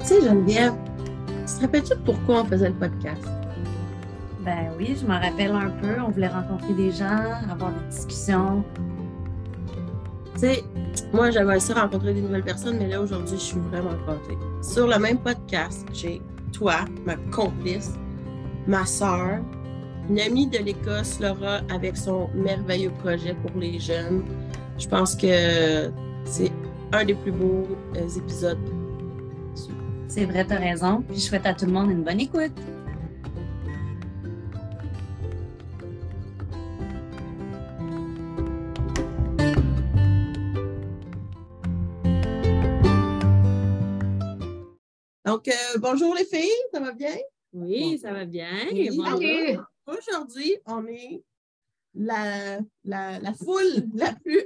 Tu sais, Geneviève, tu te rappelles-tu pourquoi on faisait le podcast? Ben oui, je m'en rappelle un peu. On voulait rencontrer des gens, avoir des discussions. Tu sais, moi, j'avais aussi rencontré des nouvelles personnes, mais là, aujourd'hui, je suis vraiment contente. Sur le même podcast, j'ai toi, ma complice, ma sœur, une amie de l'Écosse, Laura, avec son merveilleux projet pour les jeunes. Je pense que c'est un des plus beaux épisodes. C'est vrai, t'as raison. Puis je souhaite à tout le monde une bonne écoute. Donc, bonjour les filles, ça va bien? Oui, ça va bien. Oui, Bonjour. Aujourd'hui, on est la foule la plus...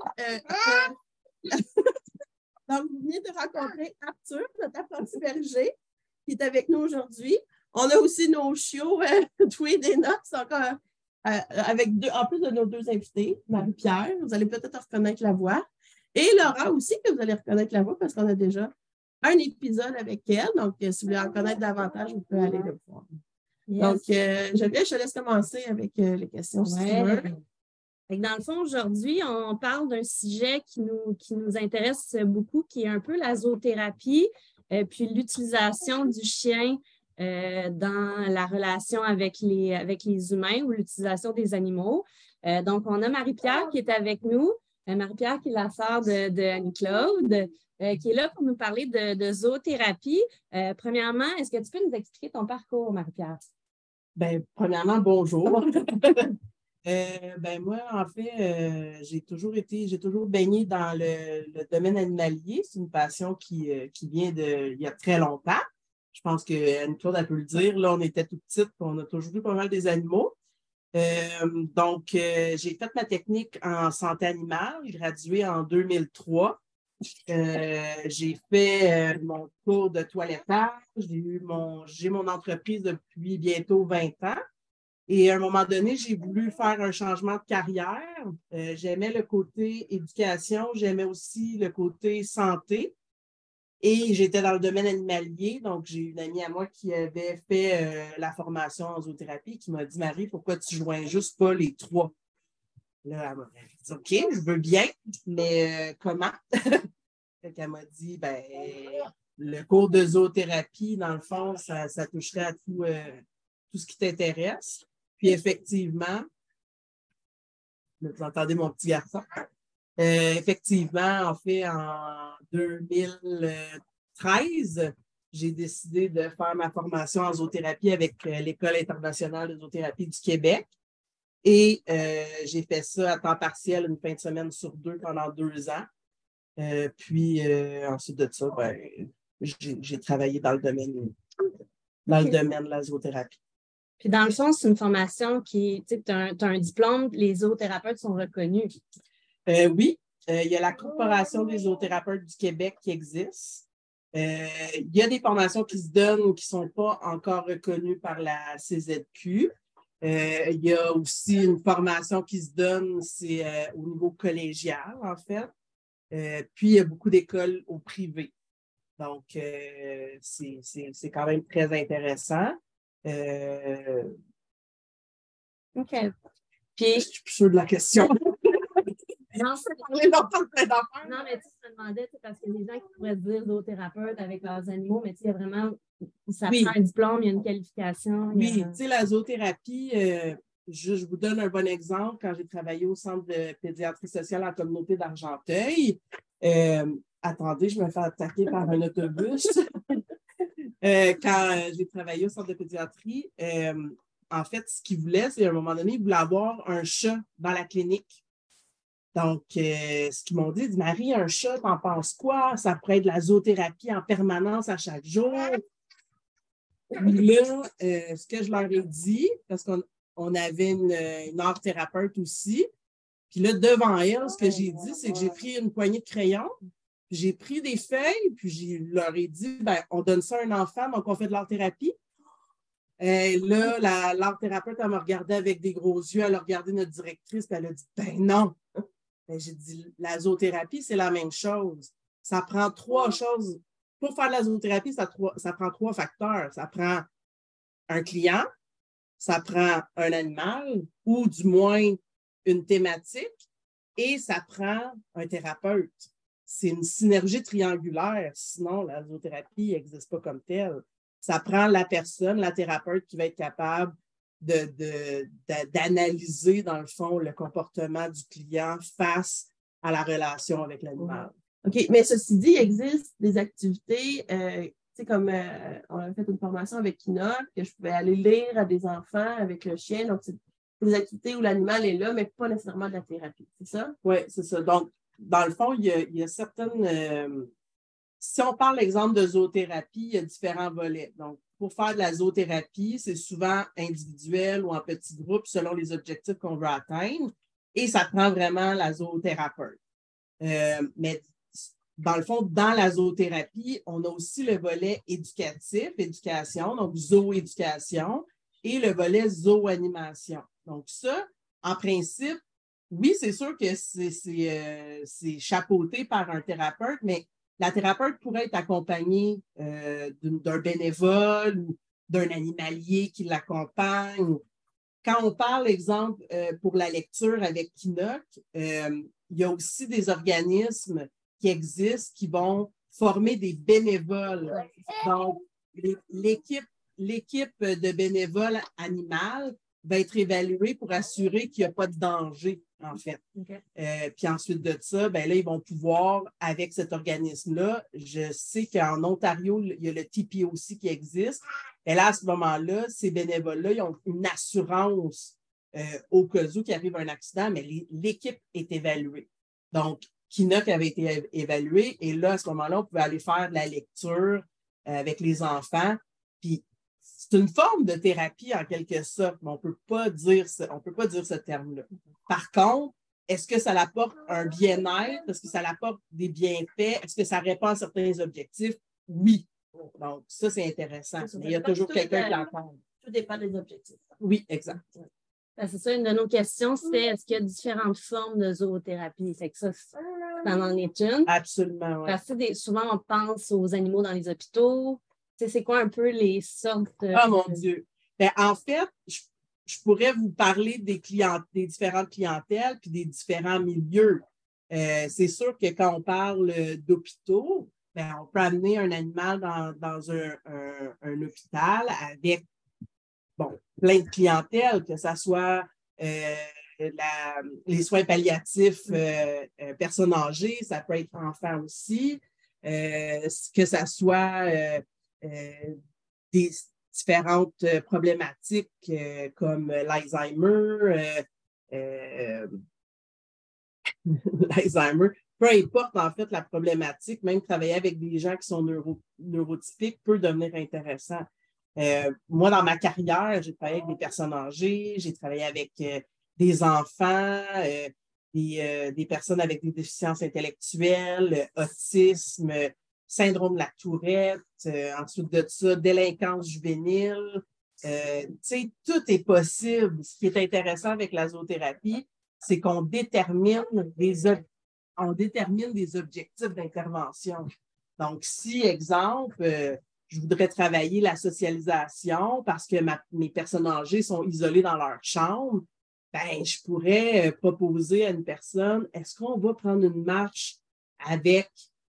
Donc, vous venez de rencontrer Arthur, notre apprenti berger, qui est avec nous aujourd'hui. On a aussi nos chiots, Tweed et Knox, encore avec deux, en plus de nos deux invités, Marie-Pierre, vous allez peut-être reconnaître la voix, et Laura aussi, que vous allez reconnaître la voix parce qu'on a déjà un épisode avec elle. Donc, si vous voulez en connaître davantage, vous pouvez aller le voir. Yes. Donc, Geneviève, je te laisse commencer avec les questions, si tu veux. Dans le fond, aujourd'hui, on parle d'un sujet qui nous intéresse beaucoup, qui est un peu la zoothérapie, puis l'utilisation du chien dans la relation avec les humains ou l'utilisation des animaux. Donc, on a Marie-Pierre qui est avec nous. Marie-Pierre qui est la sœur de Annie-Claude, qui est là pour nous parler de zoothérapie. Premièrement, est-ce que tu peux nous expliquer ton parcours, Marie-Pierre? Bien, premièrement, bonjour. Moi, en fait, j'ai toujours baigné dans le domaine animalier. C'est une passion qui vient il y a très longtemps. Je pense qu'Annie-Claude, elle peut le dire. Là, on était tout petites, on a toujours eu pas mal des animaux. J'ai fait ma technique en santé animale. J'ai gradué en 2003. J'ai fait mon cours de toilettage. J'ai mon entreprise depuis bientôt 20 ans. Et à un moment donné, j'ai voulu faire un changement de carrière. J'aimais le côté éducation, j'aimais aussi le côté santé. Et j'étais dans le domaine animalier. Donc, j'ai une amie à moi qui avait fait la formation en zoothérapie qui m'a dit, Marie, pourquoi tu ne joins juste pas les trois? Là, elle m'a dit, OK, je veux bien, mais comment? Elle m'a dit, le cours de zoothérapie, dans le fond, ça toucherait à tout ce qui t'intéresse. Puis effectivement, vous entendez mon petit garçon, effectivement, en fait, en 2013, j'ai décidé de faire ma formation en zoothérapie avec l'École internationale de zoothérapie du Québec. Et j'ai fait ça à temps partiel, une fin de semaine sur 2 pendant 2 ans. Ensuite de ça, j'ai travaillé dans le domaine de la zoothérapie. Puis dans le fond, c'est une formation qui, tu as un diplôme, les zoothérapeutes sont reconnus. Oui, il y a la Corporation des zoothérapeutes du Québec qui existe. Il y a des formations qui se donnent ou qui ne sont pas encore reconnues par la CZQ. Il y a aussi une formation qui se donne, c'est au niveau collégial, en fait. Puis, il y a beaucoup d'écoles au privé. Donc, c'est quand même très intéressant. OK. Puis, je suis plus sûre de la question. Non, non, mais tu me demandais, parce qu'il y a des gens qui pourraient se dire zoothérapeute avec leurs animaux, mais il y a vraiment, ça prend un diplôme, il y a une qualification. Oui, tu sais, la zoothérapie, je vous donne un bon exemple. Quand j'ai travaillé au Centre de pédiatrie sociale en communauté d'Argenteuil, attendez, je me fais attaquer par un autobus. Quand j'ai travaillé au Centre de pédiatrie, en fait, ce qu'ils voulaient, c'est à un moment donné, ils voulaient avoir un chat dans la clinique. Donc, ce qu'ils m'ont dit, Marie, un chat, t'en penses quoi? Ça pourrait être de la zoothérapie en permanence à chaque jour. Puis là, ce que je leur ai dit, parce qu'on avait une art thérapeute aussi, puis là, devant elle, ce que j'ai dit, c'est que j'ai pris une poignée de crayons, j'ai pris des feuilles, puis je leur ai dit, on donne ça à un enfant, donc on fait de l'art thérapie. Là, l'art thérapeute, elle m'a regardé avec des gros yeux, elle a regardé notre directrice, puis elle a dit, non. J'ai dit, la zoothérapie, c'est la même chose. Ça prend 3 choses pour faire de la zoothérapie, ça prend 3 facteurs. Ça prend un client, ça prend un animal, ou du moins une thématique, et ça prend un thérapeute. C'est une synergie triangulaire, sinon la zoothérapie n'existe pas comme telle. Ça prend la personne, la thérapeute qui va être capable d'analyser, dans le fond, le comportement du client face à la relation avec l'animal. OK, mais ceci dit, il existe des activités, tu sais, comme on a fait une formation avec Kina, que je pouvais aller lire à des enfants avec le chien. Donc, c'est des activités où l'animal est là, mais pas nécessairement de la thérapie, c'est ça? Oui, c'est ça. Donc, dans le fond, il y a certaines... si on parle, exemple, de zoothérapie, il y a différents volets. Donc, pour faire de la zoothérapie, c'est souvent individuel ou en petit groupe selon les objectifs qu'on veut atteindre. Et ça prend vraiment la zoothérapeute. Mais dans le fond, dans la zoothérapie, on a aussi le volet éducation, donc zooéducation, et le volet zooanimation. Donc ça, en principe, oui, c'est sûr que c'est chapeauté par un thérapeute, mais la thérapeute pourrait être accompagnée d'un bénévole ou d'un animalier qui l'accompagne. Quand on parle, exemple, pour la lecture avec Kinoc, il y a aussi des organismes qui existent qui vont former des bénévoles. Donc, l'équipe de bénévoles animales va être évaluée pour assurer qu'il n'y a pas de danger, en fait. Okay. Puis ensuite de ça, ben là, ils vont pouvoir, avec cet organisme-là, je sais qu'en Ontario, il y a le TPOC qui existe. Et là, à ce moment-là, ces bénévoles-là, ils ont une assurance au cas où qu'il arrive un accident, mais l'équipe est évaluée. Donc, Kinoc avait été évalué et là, à ce moment-là, on pouvait aller faire de la lecture avec les enfants. Puis, c'est une forme de thérapie en quelque sorte, mais on ne peut pas dire ce terme-là. Par contre, est-ce que ça apporte un bien-être? Est-ce que ça apporte des bienfaits? Est-ce que ça répond à certains objectifs? Oui. Donc, ça, c'est intéressant. Mais il y a toujours quelqu'un qui en parle. Tout dépend des objectifs. Oui, exact. C'est ça, une de nos questions, c'est est-ce qu'il y a différentes formes de zoothérapie? C'est que ça en est une. Absolument, oui. Parce que souvent, on pense aux animaux dans les hôpitaux. C'est quoi un peu les sortes? Oh mon Dieu! Ben, en fait, je pourrais vous parler des différentes clientèles puis des différents milieux. C'est sûr que quand on parle d'hôpitaux, ben, on peut amener un animal dans un hôpital avec plein de clientèle, que ce soit les soins palliatifs personnes âgées, ça peut être enfants aussi, que ce soit des différentes problématiques comme l'Alzheimer, l'Alzheimer, peu importe en fait la problématique, même travailler avec des gens qui sont neurotypiques peut devenir intéressant. Moi, dans ma carrière, j'ai travaillé avec des personnes âgées, j'ai travaillé avec des enfants, des personnes avec des déficiences intellectuelles, autisme, syndrome de la Tourette, ensuite de ça, délinquance juvénile. Tout est possible. Ce qui est intéressant avec la zoothérapie, c'est qu'on détermine des objectifs d'intervention. Donc, si, exemple, je voudrais travailler la socialisation parce que mes personnes âgées sont isolées dans leur chambre, ben, je pourrais proposer à une personne, est-ce qu'on va prendre une marche avec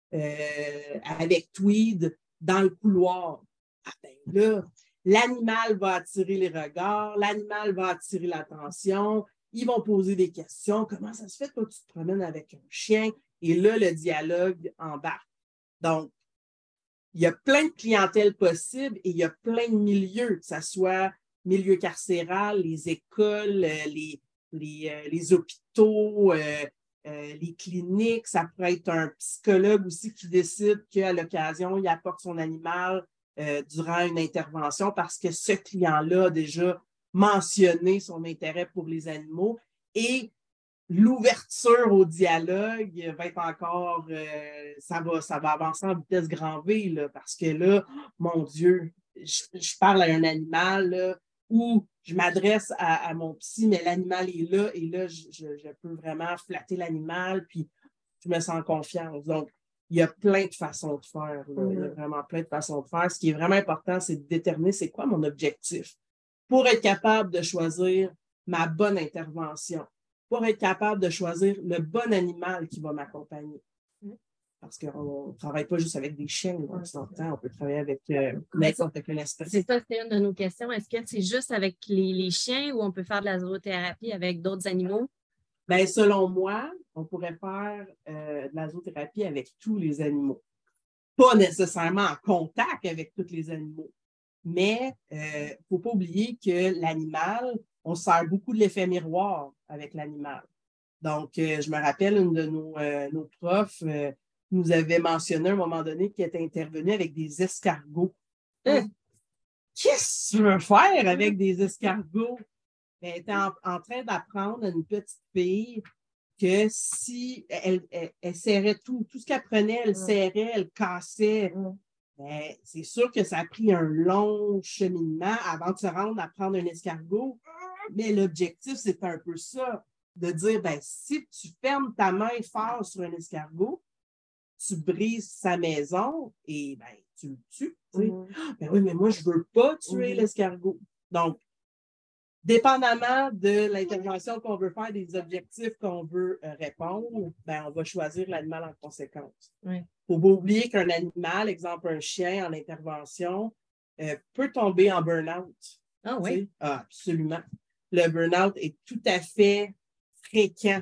Tweed dans le couloir? Ah ben là, l'animal va attirer les regards, l'animal va attirer l'attention, ils vont poser des questions. Comment ça se fait que tu te promènes avec un chien? Et là, le dialogue embarque. Donc, il y a plein de clientèles possibles et il y a plein de milieux, que ce soit milieu carcéral, les écoles, les hôpitaux, les cliniques. Ça pourrait être un psychologue aussi qui décide qu'à l'occasion, il apporte son animal durant une intervention parce que ce client-là a déjà mentionné son intérêt pour les animaux et l'ouverture au dialogue va être encore, ça va avancer en vitesse grand V, là, parce que là, mon Dieu, je parle à un animal là, où je m'adresse à mon psy, mais l'animal est là et là, je peux vraiment flatter l'animal, puis je me sens en confiance. Donc, il y a plein de façons de faire. Là. Il y a vraiment plein de façons de faire. Ce qui est vraiment important, c'est de déterminer c'est quoi mon objectif pour être capable de choisir ma bonne intervention, pour être capable de choisir le bon animal qui va m'accompagner. Parce qu'on ne travaille pas juste avec des chiens, on peut travailler avec n'importe quelle espèce. C'est ça, c'était une de nos questions. Est-ce que c'est juste avec les chiens ou on peut faire de la zoothérapie avec d'autres animaux? Bien, selon moi, on pourrait faire de la zoothérapie avec tous les animaux. Pas nécessairement en contact avec tous les animaux, mais il ne faut pas oublier que l'animal, on sert beaucoup de l'effet miroir avec l'animal. Donc, je me rappelle, une de nos profs nous avait mentionné à un moment donné qu'il était intervenu avec des escargots. Qu'est-ce que tu veux faire avec des escargots? Elle était en train d'apprendre à une petite fille que si elle serrait tout ce qu'elle prenait, elle serrait, elle cassait. Ben, c'est sûr que ça a pris un long cheminement avant de se rendre à prendre un escargot. Mais l'objectif, c'est un peu ça, de dire, ben, si tu fermes ta main fort sur un escargot, tu brises sa maison et ben, tu le tues. Ben oui, mais moi, je ne veux pas tuer l'escargot. Donc, dépendamment de l'intervention qu'on veut faire, des objectifs qu'on veut répondre, ben, on va choisir l'animal en conséquence. Il ne faut pas oublier qu'un animal, exemple un chien en intervention, peut tomber en burn-out. Ah oui? Ah, absolument. Le burn-out est tout à fait fréquent.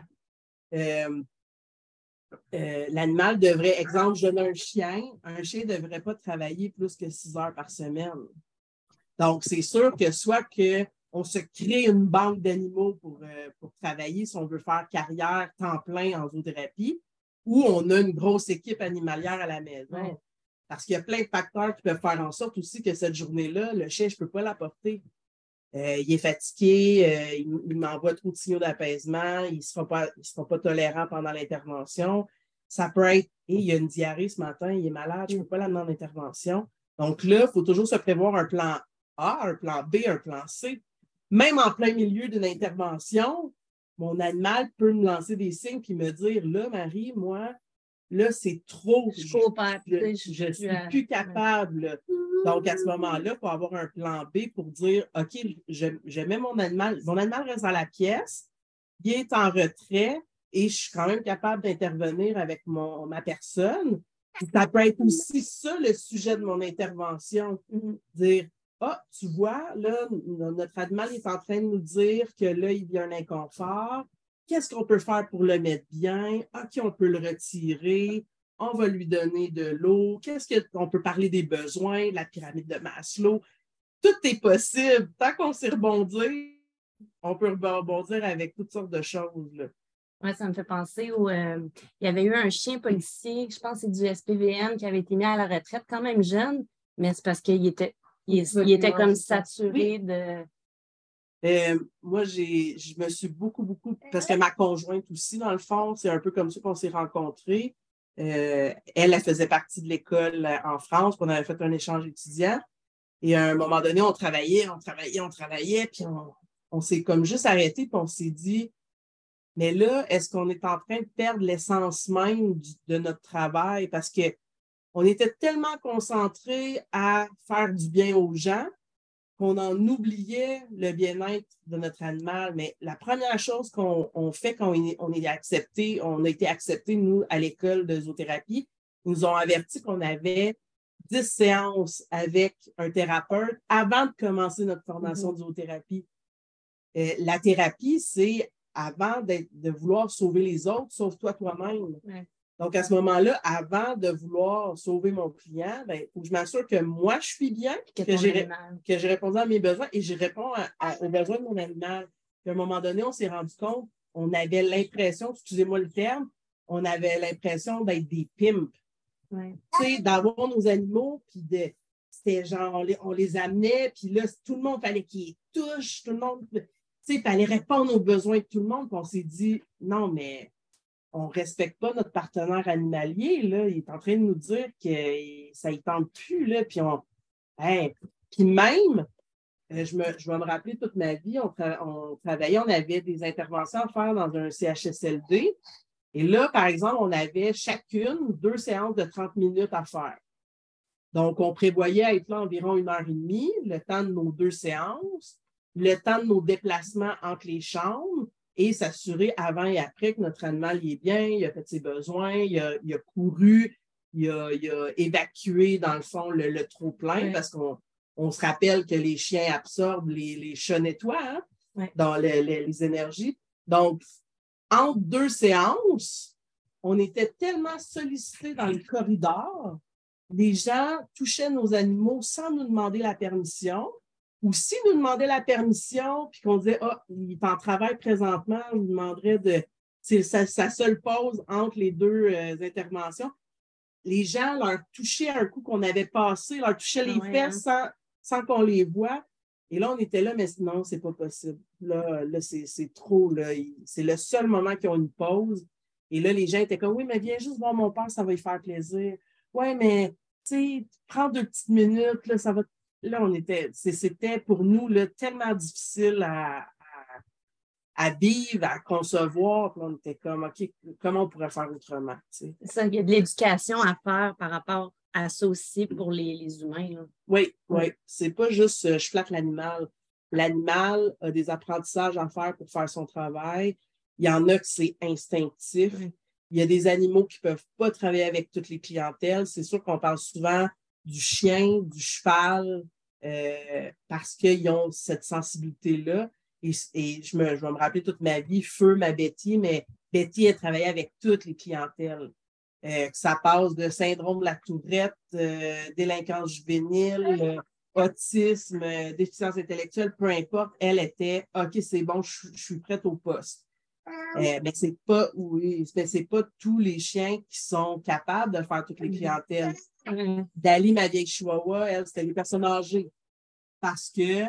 L'animal devrait, exemple, je donne un chien ne devrait pas travailler plus que 6 heures par semaine. Donc, c'est sûr que soit qu'on se crée une banque d'animaux pour travailler si on veut faire carrière temps plein en zoothérapie, ou on a une grosse équipe animalière à la maison. Parce qu'il y a plein de facteurs qui peuvent faire en sorte aussi que cette journée-là, le chien, je ne peux pas l'apporter. Il est fatigué, il m'envoie trop de signaux d'apaisement, il ne sera pas tolérant pendant l'intervention. Ça peut être, il y a une diarrhée ce matin, il est malade, je ne peux pas l'amener en intervention. Donc là, il faut toujours se prévoir un plan A, un plan B, un plan C. Même en plein milieu d'une intervention, mon animal peut me lancer des signes et me dire, là, Marie, moi, là, c'est trop. Je ne suis plus capable. Donc, à ce moment-là, il faut avoir un plan B pour dire, OK, je mets mon animal reste dans la pièce, il est en retrait et je suis quand même capable d'intervenir avec ma personne. Ça peut être aussi ça, le sujet de mon intervention. Dire, tu vois, là, notre animal est en train de nous dire que là, il y a un inconfort. Qu'est-ce qu'on peut faire pour le mettre bien? OK, on peut le retirer. On va lui donner de l'eau. Qu'est-ce qu'on peut parler des besoins, de la pyramide de Maslow? Tout est possible. Tant qu'on sait rebondir, on peut rebondir avec toutes sortes de choses. Oui, ça me fait penser il y avait eu un chien policier, je pense que c'est du SPVM, qui avait été mis à la retraite quand même jeune, mais c'est parce qu'il était comme saturé de... Moi, je me suis beaucoup, parce que ma conjointe aussi, dans le fond, c'est un peu comme ça qu'on s'est rencontrés. Elle faisait partie de l'école en France, puis on avait fait un échange étudiant. Et à un moment donné, on travaillait, puis on s'est comme juste arrêté, puis on s'est dit, mais là, est-ce qu'on est en train de perdre l'essence même de notre travail? Parce qu'on était tellement concentrés à faire du bien aux gens qu'on en oubliait le bien-être de notre animal. Mais la première chose qu'on fait quand on est accepté, on a été acceptés, nous, à l'école de zoothérapie, ils nous ont averti qu'on avait 10 séances avec un thérapeute avant de commencer notre formation de zoothérapie. La thérapie, c'est avant de vouloir sauver les autres, sauve-toi toi-même. Ouais. Donc, à ce moment-là, avant de vouloir sauver mon client, il faut que je m'assure que moi, je suis bien, que j'ai répondu à mes besoins et je réponds aux besoins de mon animal. Puis à un moment donné, on s'est rendu compte, on avait l'impression, excusez-moi le terme, on avait l'impression d'être des pimps. Ouais. Tu sais, d'avoir nos animaux, puis c'était genre, on les amenait, puis là, tout le monde fallait qu'ils les touchent, tout le monde, tu sais, il fallait répondre aux besoins de tout le monde, puis on s'est dit, non, mais on ne respecte pas notre partenaire animalier, là. Il est en train de nous dire que ça ne tente plus, là. Puis puis même, je vais me rappeler toute ma vie, on travaillait, on avait des interventions à faire dans un CHSLD. Et là, par exemple, on avait chacune 2 séances de 30 minutes à faire. Donc, on prévoyait être là environ 1h30, le temps de nos 2 séances, le temps de nos déplacements entre les chambres et s'assurer avant et après que notre animal y est bien, il a fait ses besoins, il a couru, il a évacué, dans le fond, le trop-plein, parce qu'on se rappelle que les chiens absorbent, les chats nettoient dans les énergies. Donc, entre 2 séances, on était tellement sollicités dans les corridors, les gens touchaient nos animaux sans nous demander la permission, ou s'ils nous demandaient la permission, puis qu'on disait « Ah, il est en travail présentement », on nous demanderait c'est sa seule pause entre les 2 interventions. Les gens leur touchaient un coup qu'on avait passé, leur touchaient les fesses sans qu'on les voie. Et là, on était là, mais non, c'est pas possible. Là c'est trop. Là. C'est le seul moment qu'ils ont une pause. Et là, les gens étaient comme, oui, mais viens juste voir mon père, ça va lui faire plaisir. Oui, mais, tu sais, prends 2 petites minutes, là, ça va. Là, c'était pour nous là, tellement difficile à vivre, à concevoir. Puis on était comme, OK, comment on pourrait faire autrement? C'est ça, il y a de l'éducation à faire par rapport à ça aussi pour les humains. Là. Oui. C'est pas juste je flatte l'animal. L'animal a des apprentissages à faire pour faire son travail. Il y en a que c'est instinctif. Il y a des animaux qui ne peuvent pas travailler avec toutes les clientèles. C'est sûr qu'on parle souvent du chien, du cheval, parce qu'ils ont cette sensibilité-là. Et je vais me rappeler toute ma vie, Feu, ma Betty, mais Betty, elle travaillait avec toutes les clientèles. Que ça passe de syndrome de la tourette, délinquance juvénile, autisme, déficience intellectuelle, peu importe, elle était « OK, c'est bon, je suis prête au poste ». Mais c'est pas tous les chiens qui sont capables de faire toutes les clientèles. Dali, ma vieille chihuahua, elle, c'était les personnes âgées. Parce que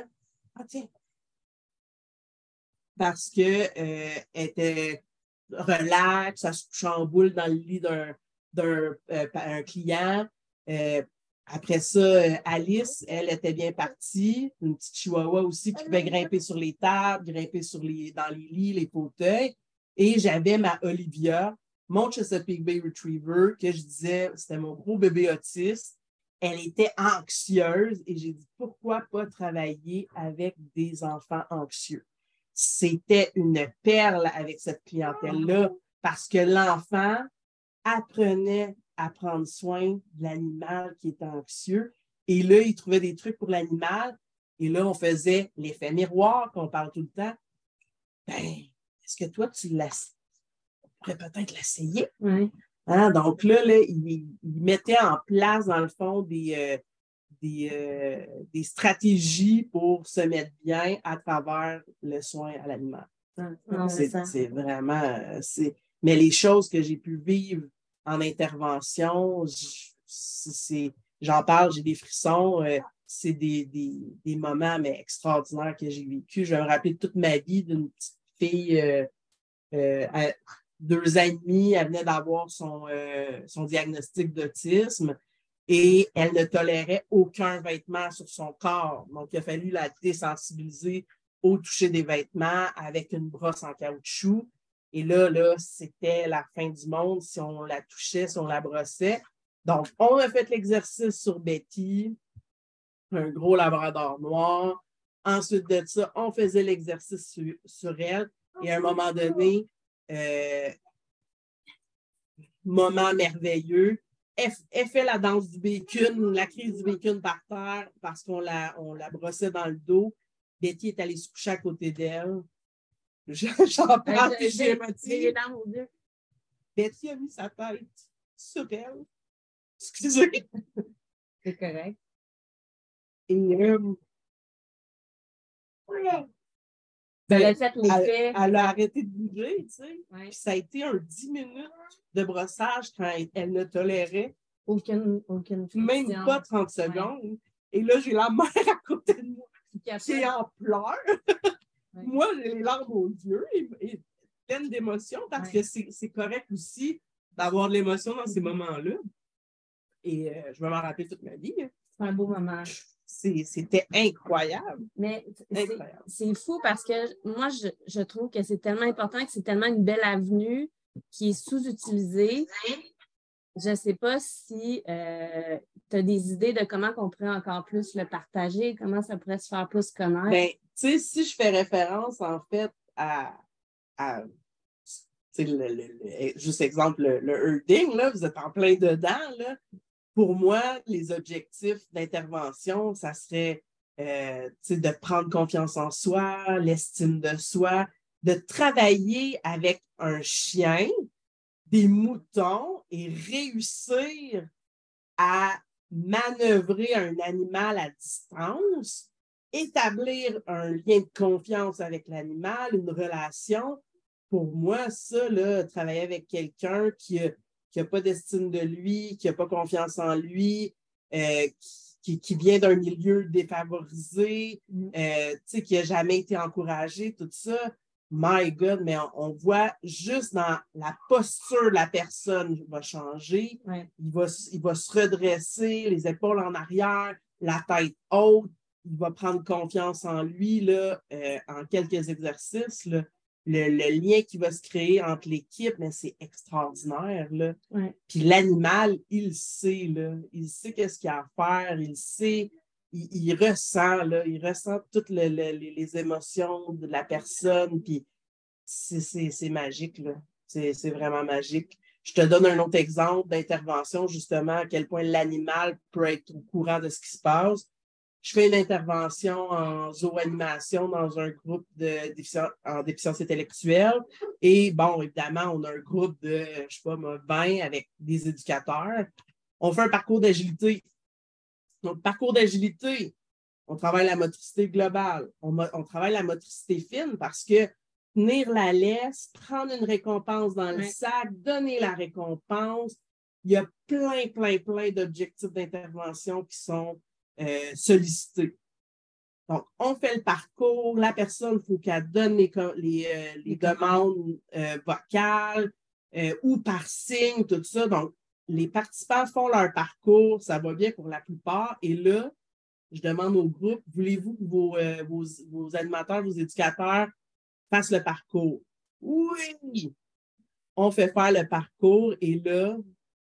elle était relaxe, elle se couchait en boule dans le lit d'un client. Après ça, Alice, elle était bien partie. Une petite chihuahua aussi qui pouvait grimper sur les tables, grimper dans les lits, les fauteuils. Et j'avais ma Olivia, mon Chesapeake Bay Retriever, que je disais, c'était mon gros bébé autiste. Elle était anxieuse et j'ai dit, pourquoi pas travailler avec des enfants anxieux? C'était une perle avec cette clientèle-là parce que l'enfant apprenait à prendre soin de l'animal qui était anxieux. Et là, il trouvait des trucs pour l'animal. Et là, on faisait l'effet miroir qu'on parle tout le temps. Ben, est-ce que toi, on pourrait peut-être l'essayer? Oui. Hein? Donc là, il mettait en place, dans le fond, des stratégies pour se mettre bien à travers le soin à l'animal. C'est vraiment... Mais les choses que j'ai pu vivre en intervention, j'en parle, j'ai des frissons. C'est des moments mais extraordinaires que j'ai vécu. Je vais me rappeler toute ma vie d'une petite fille à 2 ans et demi. Elle venait d'avoir son diagnostic d'autisme et elle ne tolérait aucun vêtement sur son corps. Donc, il a fallu la désensibiliser au toucher des vêtements avec une brosse en caoutchouc. Et là, c'était la fin du monde si on la touchait, si on la brossait. Donc, on a fait l'exercice sur Betty, un gros labrador noir. Ensuite de ça, on faisait l'exercice sur elle. Et à un moment donné, moment merveilleux, elle fait la danse du bacon, la crise du bacon par terre parce qu'on la brossait dans le dos. Betty est allée se coucher à côté d'elle. J'en parle et j'ai les larmes aux yeux. Betty a mis sa tête sur elle. Excusez. C'est correct. Et elle a fait l'effet. Elle a arrêté de bouger, tu sais. Ouais. Puis ça a été un 10 minutes de brossage quand elle ne tolérait aucune même pas 30 secondes. Ouais. Et là, j'ai la mère à côté de moi qui est en pleurs. Ouais. Moi, j'ai les larmes aux yeux et pleine d'émotion parce que c'est correct aussi d'avoir de l'émotion dans ces moments-là. Et je vais m'en rappeler toute ma vie. C'est un beau moment. C'était incroyable. Mais c'est fou parce que moi, je trouve que c'est tellement important, que c'est tellement une belle avenue qui est sous-utilisé. Je ne sais pas si tu as des idées de comment on pourrait encore plus le partager, comment ça pourrait se faire plus connaître. Ben, tu sais, si je fais référence, en fait, à juste exemple, le herding, là, vous êtes en plein dedans, là. Pour moi, les objectifs d'intervention, ça serait de prendre confiance en soi, l'estime de soi, de travailler avec un chien, des moutons et réussir à manœuvrer un animal à distance, établir un lien de confiance avec l'animal, une relation. Pour moi, ça, là, travailler avec quelqu'un qui n'a pas d'estime de lui, qui n'a pas confiance en lui, qui vient d'un milieu défavorisé, qui n'a jamais été encouragé, tout ça. My God, mais on voit juste dans la posture de la personne va changer. Ouais. Il va se redresser, les épaules en arrière, la tête haute. Il va prendre confiance en lui là, en quelques exercices. Là. Le lien qui va se créer entre l'équipe, mais c'est extraordinaire. Là. Ouais. Puis l'animal, il sait. Là. Il sait qu'est-ce qu'il a à faire. Il sait. Il ressent, là, il ressent toutes les émotions de la personne, puis c'est magique, là. C'est vraiment magique. Je te donne un autre exemple d'intervention, justement, à quel point l'animal peut être au courant de ce qui se passe. Je fais une intervention en zooanimation dans un groupe en déficience intellectuelle. Et bon, évidemment, on a un groupe de, je sais pas, 20 avec des éducateurs. On fait un parcours d'agilité. Donc, parcours d'agilité, on travaille la motricité globale, on travaille la motricité fine parce que tenir la laisse, prendre une récompense dans le sac, donner la récompense, il y a plein d'objectifs d'intervention qui sont sollicités. Donc, on fait le parcours, la personne, il faut qu'elle donne les demandes vocales ou par signe, tout ça. Donc, les participants font leur parcours, ça va bien pour la plupart. Et là, je demande au groupe, voulez-vous que vos animateurs, vos éducateurs fassent le parcours? Oui! On fait faire le parcours et là,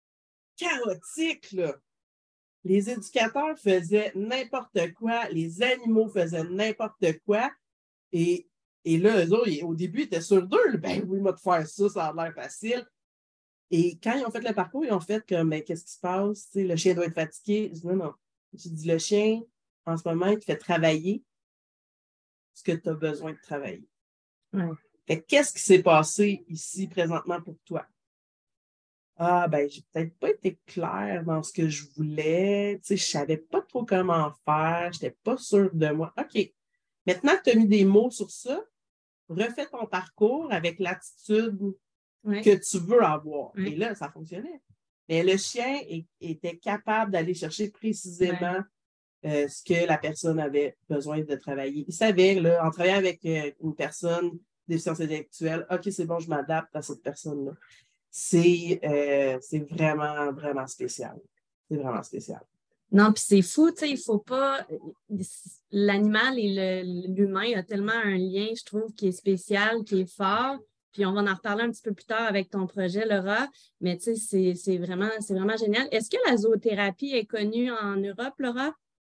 chaotique, là. Les éducateurs faisaient n'importe quoi, les animaux faisaient n'importe quoi. Et là, eux autres, au début, ils étaient sûrs d'eux. Ben oui, moi, de faire ça, ça a l'air facile. Et quand ils ont fait le parcours, ils ont fait comme, mais qu'est-ce qui se passe? T'sais, le chien doit être fatigué. Je dis, non. Je dis, le chien, en ce moment, il te fait travailler ce que tu as besoin de travailler. Ouais. Fait qu'est-ce qui s'est passé ici, présentement, pour toi? Ah, ben, j'ai peut-être pas été claire dans ce que je voulais. Tu sais, je savais pas trop comment faire. Je n'étais pas sûre de moi. OK. Maintenant que tu as mis des mots sur ça, refais ton parcours avec l'attitude que tu veux avoir. Et là, ça fonctionnait. Mais le chien était capable d'aller chercher précisément ce que la personne avait besoin de travailler. Il savait, là, en travaillant avec une personne déficience intellectuelle, OK, c'est bon, je m'adapte à cette personne-là. C'est vraiment spécial. C'est vraiment spécial. Non, puis c'est fou, tu sais, il faut pas... L'animal et l'humain a tellement un lien, je trouve, qui est spécial, qui est fort. Puis on va en reparler un petit peu plus tard avec ton projet, Laura. Mais tu sais, c'est vraiment génial. Est-ce que la zoothérapie est connue en Europe, Laura?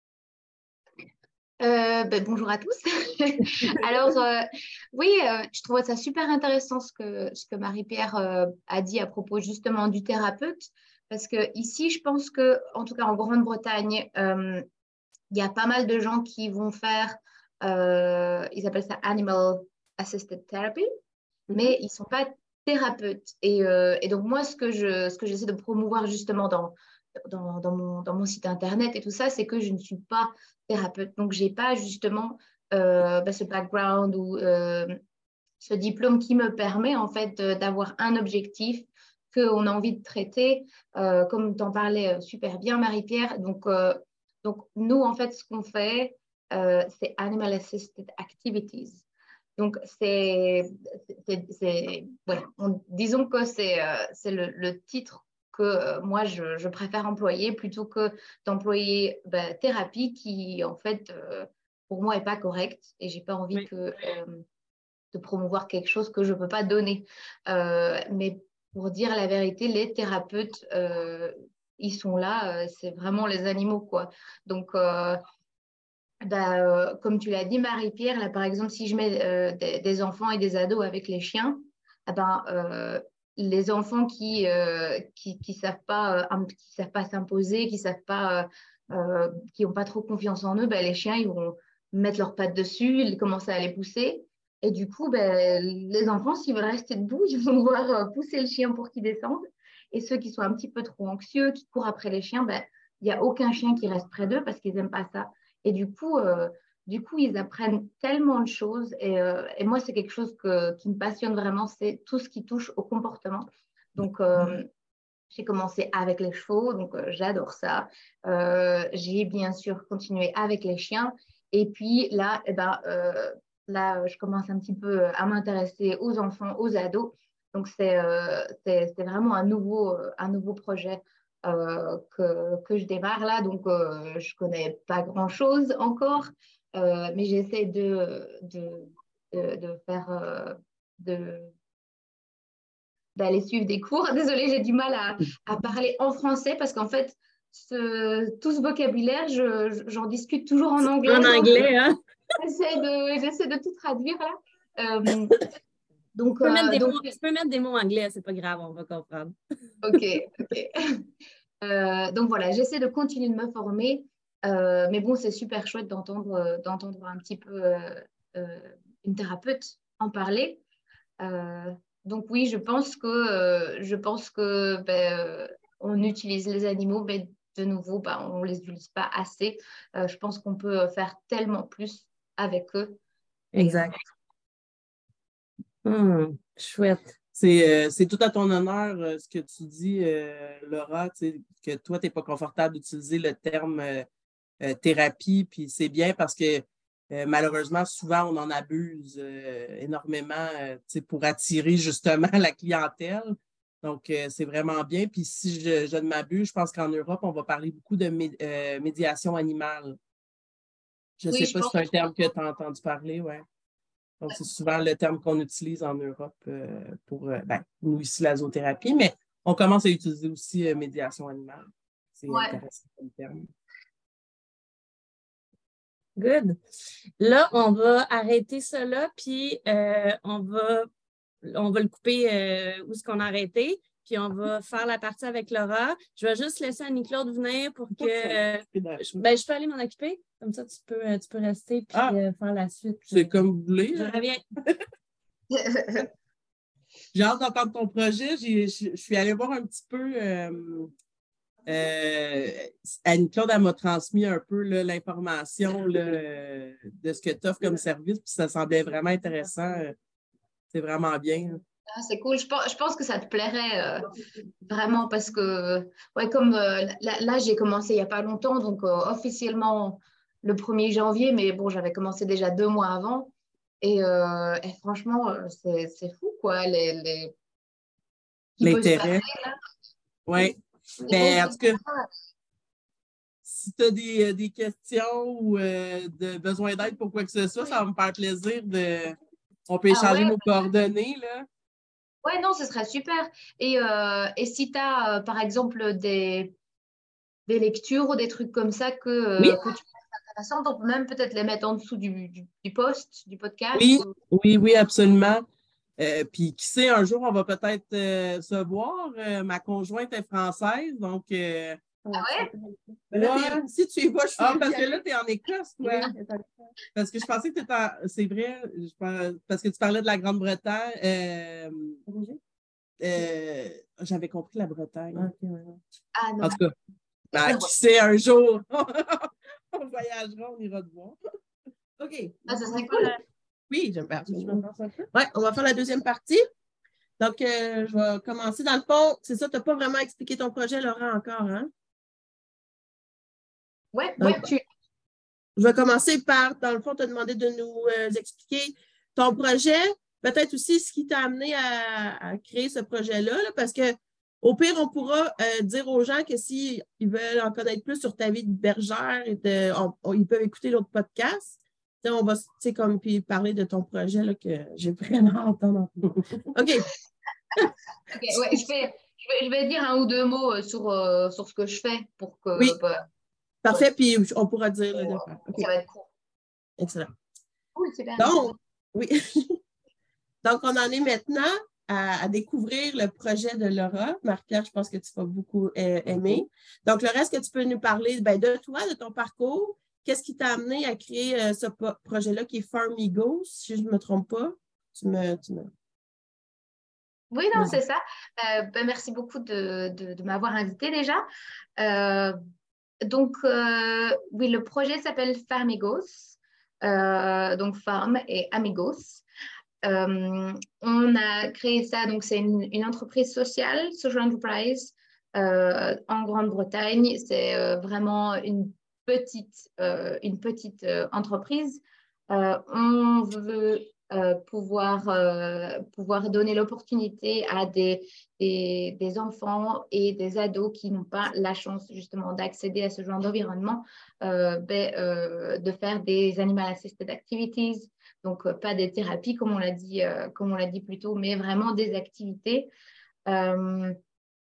Bonjour à tous. Alors, oui, je trouvais ça super intéressant ce que Marie-Pierre a dit à propos justement du thérapeute, parce que ici, je pense que, en tout cas en Grande-Bretagne, il y a pas mal de gens qui vont faire, ils appellent ça Animal Assisted Therapy, mais ils ne sont pas thérapeutes. Et donc, moi, ce que j'essaie de promouvoir justement dans mon site internet et tout ça, c'est que je ne suis pas thérapeute. Donc, je n'ai pas justement ce background ou ce diplôme qui me permet en fait d'avoir un objectif qu'on a envie de traiter, comme tu en parlais super bien, Marie-Pierre. Donc, nous, en fait, ce qu'on fait, c'est Animal Assisted Activities. Donc, disons que c'est le titre que moi, je préfère employer plutôt que d'employer thérapie qui, en fait, pour moi, n'est pas correcte et je n'ai pas envie de promouvoir quelque chose que je ne peux pas donner. Mais pour dire la vérité, les thérapeutes, ils sont là, c'est vraiment les animaux, quoi. Donc, comme tu l'as dit, Marie-Pierre, là, par exemple, si je mets des enfants et des ados avec les chiens, les enfants qui savent pas s'imposer, qui n'ont pas trop confiance en eux, les chiens, ils vont mettre leurs pattes dessus, ils commencent à les pousser. Et du coup, les enfants, s'ils veulent rester debout, ils vont devoir pousser le chien pour qu'il descende. Et ceux qui sont un petit peu trop anxieux, qui courent après les chiens, il n'y a aucun chien qui reste près d'eux parce qu'ils n'aiment pas ça. Et du coup, ils apprennent tellement de choses. Et moi, c'est quelque chose qui me passionne vraiment, c'est tout ce qui touche au comportement. Donc, j'ai commencé avec les chevaux, donc j'adore ça. J'ai bien sûr continué avec les chiens. Et puis là, je commence un petit peu à m'intéresser aux enfants, aux ados. Donc, c'est vraiment un nouveau projet que je démarre là. Donc, je ne connais pas grand-chose encore, mais j'essaie de faire, d'aller suivre des cours. Désolée, j'ai du mal à parler en français parce qu'en fait, tout ce vocabulaire, j'en discute toujours en anglais. En anglais, hein? J'essaie de tout traduire là. Donc, tu peux mettre des mots anglais, c'est pas grave, on va comprendre. OK. Donc voilà, j'essaie de continuer de me former, mais bon, c'est super chouette d'entendre un petit peu une thérapeute en parler. Donc oui, je pense que on utilise les animaux, mais de nouveau, on les utilise pas assez. Je pense qu'on peut faire tellement plus avec eux. Exact. Chouette. C'est tout à ton honneur ce que tu dis, Laura, que toi, tu n'es pas confortable d'utiliser le terme thérapie, puis c'est bien parce que malheureusement, souvent, on en abuse énormément pour attirer justement la clientèle. Donc, c'est vraiment bien. Puis si je ne m'abuse, je pense qu'en Europe, on va parler beaucoup de médiation animale. Je ne sais pas si c'est un terme que tu as entendu parler, ouais. Donc, c'est souvent le terme qu'on utilise en Europe pour, nous ici, la zoothérapie, mais on commence à utiliser aussi médiation animale. C'est intéressant comme terme. Good. Là, on va arrêter ça là, puis on va le couper où est-ce qu'on a arrêté, puis on va faire la partie avec Laura. Je vais juste laisser Annie-Claude venir pour que... je peux aller m'en occuper? Comme ça, tu peux rester puis faire la suite. C'est comme vous voulez. Je reviens. J'ai hâte d'entendre ton projet. Je suis allée voir un petit peu... Annie-Claude, elle m'a transmis un peu l'information de ce que tu offres comme service, puis ça semblait vraiment intéressant. C'est vraiment bien. Ah, c'est cool. Je pense que ça te plairait vraiment parce que, comme là, j'ai commencé il n'y a pas longtemps, donc officiellement le 1er janvier, mais bon, j'avais commencé déjà 2 mois avant. Et franchement, c'est fou, quoi, l'intérêt. Oui. En tout cas, si tu as des questions ou de besoin d'aide pour quoi que ce soit, ça va me faire plaisir on peut échanger nos coordonnées, là. Oui, non, ce serait super. Et si tu as, par exemple, des lectures ou des trucs comme ça que tu trouves intéressantes, on peut même peut-être les mettre en dessous du post, du podcast. Oui, absolument. Puis, qui sait, un jour, on va peut-être se voir. Ma conjointe est française, donc... Là, si tu y vas, je suis parce que là, tu es en Écosse, toi. Parce que je pensais que tu étais c'est vrai, parce que tu parlais de la Grande-Bretagne. J'avais compris la Bretagne. Non. En tout cas, qui sait, un jour, on voyagera, on ira te voir. OK. Ça serait cool. Oui, j'aime bien. Oui, on va faire la deuxième partie. Donc, je vais commencer. Dans le fond, c'est ça, tu n'as pas vraiment expliqué ton projet, Laurent, encore, hein? Oui, Je vais commencer par, dans le fond, te demander de nous expliquer ton projet, peut-être aussi ce qui t'a amené à créer ce projet-là, là, parce que au pire, on pourra dire aux gens que s'ils veulent en connaître plus sur ta vie de bergère, ils peuvent écouter l'autre podcast. On va puis parler de ton projet là, que j'ai vraiment entendu. OK. Ok, ouais, je vais dire un ou deux mots sur ce que je fais pour que Oui, parfait, ouais, puis on pourra dire le départ. OK, ça va être court. excellent. Cool, super. Donc, oui. Donc, on en est maintenant à découvrir le projet de Laura. Marie-Pierre, je pense que tu vas beaucoup aimer. Donc, le reste que tu peux nous parler de toi, de ton parcours. Qu'est-ce qui t'a amené à créer ce projet-là qui est Farmigos, si je ne me trompe pas? Oui, non, Vas-y. c'est ça. Merci beaucoup de m'avoir invité déjà. Euh, oui, le projet s'appelle Farmigos, donc Farm et Amigos. On a créé ça, donc c'est une entreprise sociale, social enterprise, en Grande-Bretagne. C'est vraiment une petite entreprise. On veut pouvoir donner l'opportunité à des enfants et des ados qui n'ont pas la chance justement d'accéder à ce genre d'environnement, de faire des animal assisted activities, donc pas des thérapies comme on l'a dit plus tôt, mais vraiment des activités. Euh,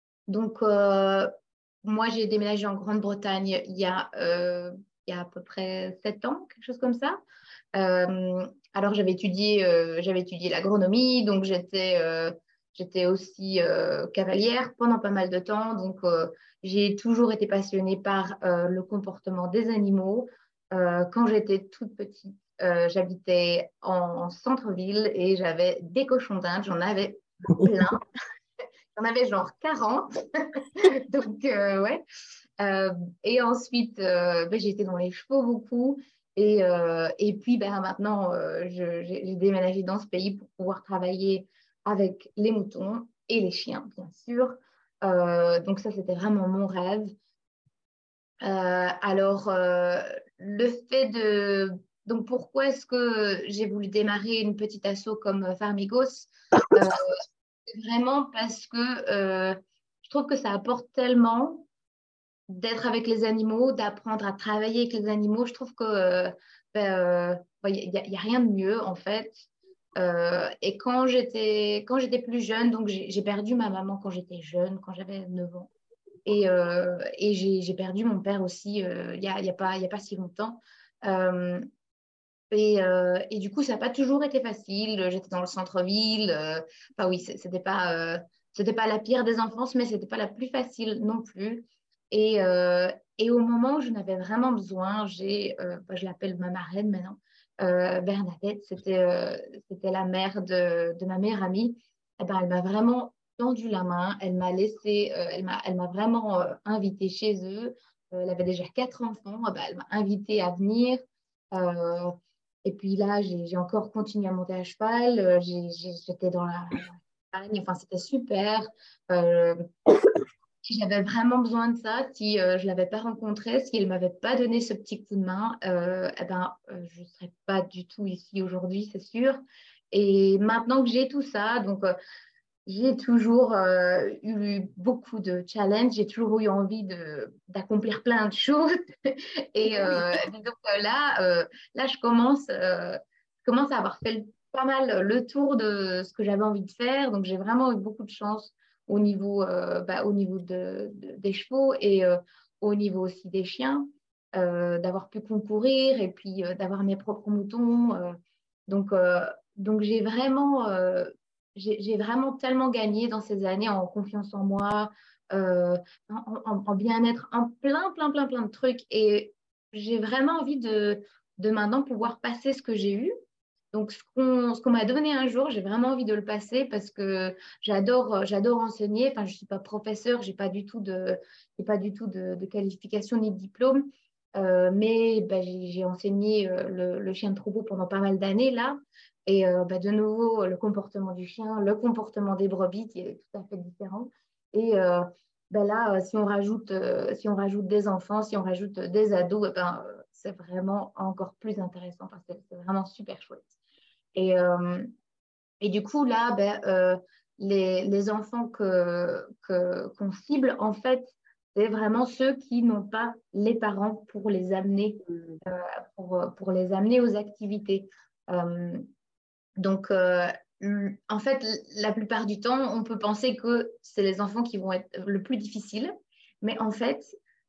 Moi, j'ai déménagé en Grande-Bretagne il y a à peu près 7 ans, quelque chose comme ça. Alors, j'avais étudié l'agronomie, donc j'étais aussi cavalière pendant pas mal de temps. Donc, j'ai toujours été passionnée par le comportement des animaux. Quand j'étais toute petite, j'habitais en centre-ville et j'avais des cochons d'Inde, j'en avais plein. J'en avais genre 40. Donc, ouais. Et ensuite, j'ai été dans les chevaux beaucoup. Et puis, maintenant, j'ai déménagé dans ce pays pour pouvoir travailler avec les moutons et les chiens, bien sûr. Donc, ça, c'était vraiment mon rêve. Alors, le fait de... Donc, pourquoi est-ce que j'ai voulu démarrer une petite asso comme Farmigos? C'est vraiment parce que je trouve que ça apporte tellement d'être avec les animaux, d'apprendre à travailler avec les animaux. Je trouve que y a rien de mieux en fait. Et quand j'étais plus jeune, donc j'ai perdu ma maman quand j'étais jeune, quand j'avais 9 ans. Et j'ai perdu mon père aussi il y a pas si longtemps. Euh, et du coup, ça n'a pas toujours été facile. J'étais dans le centre-ville. Enfin oui, c'était pas la pire des enfances, mais c'était pas la plus facile non plus. Et au moment où je n'avais vraiment besoin, je l'appelle ma marraine maintenant, Bernadette, c'était la mère de ma meilleure amie. Eh ben, elle m'a vraiment tendu la main. Elle m'a laissé, elle m'a vraiment invitée chez eux. Elle avait déjà 4 enfants. Eh ben, elle m'a invitée à venir. Euh, et puis là, j'ai encore continué à monter à cheval. J'étais dans la campagne. Enfin, c'était super. Euh, J'avais vraiment besoin de ça. Si je ne l'avais pas rencontré, si elle ne m'avait pas donné ce petit coup de main, je ne serais pas du tout ici aujourd'hui, c'est sûr. Et maintenant que j'ai tout ça, donc j'ai toujours eu beaucoup de challenges, j'ai toujours eu envie d'accomplir plein de choses. Et donc là, je commence à avoir fait pas mal le tour de ce que j'avais envie de faire. Donc, j'ai vraiment eu beaucoup de chance au niveau des chevaux et au niveau aussi des chiens, d'avoir pu concourir et puis d'avoir mes propres moutons. Donc, euh, donc, j'ai vraiment tellement gagné dans ces années en confiance en moi, en bien-être, en plein de trucs. Et j'ai vraiment envie de maintenant pouvoir passer ce que j'ai eu. Donc, ce qu'on m'a donné un jour, j'ai vraiment envie de le passer parce que j'adore enseigner. Enfin, je ne suis pas professeure, j'ai pas du tout de qualification ni de diplôme. Mais j'ai enseigné le chien de troupeau pendant pas mal d'années là. Et de nouveau, le comportement du chien, le comportement des brebis qui est tout à fait différent. Et là, si on rajoute des enfants, si on rajoute des ados, c'est vraiment encore plus intéressant. Enfin, c'est vraiment super chouette. Et, euh, et du coup, là, les enfants qu'on cible, en fait, c'est vraiment ceux qui n'ont pas les parents pour les amener, pour les amener aux activités. Donc, en fait, la plupart du temps, on peut penser que c'est les enfants qui vont être le plus difficile. Mais en fait,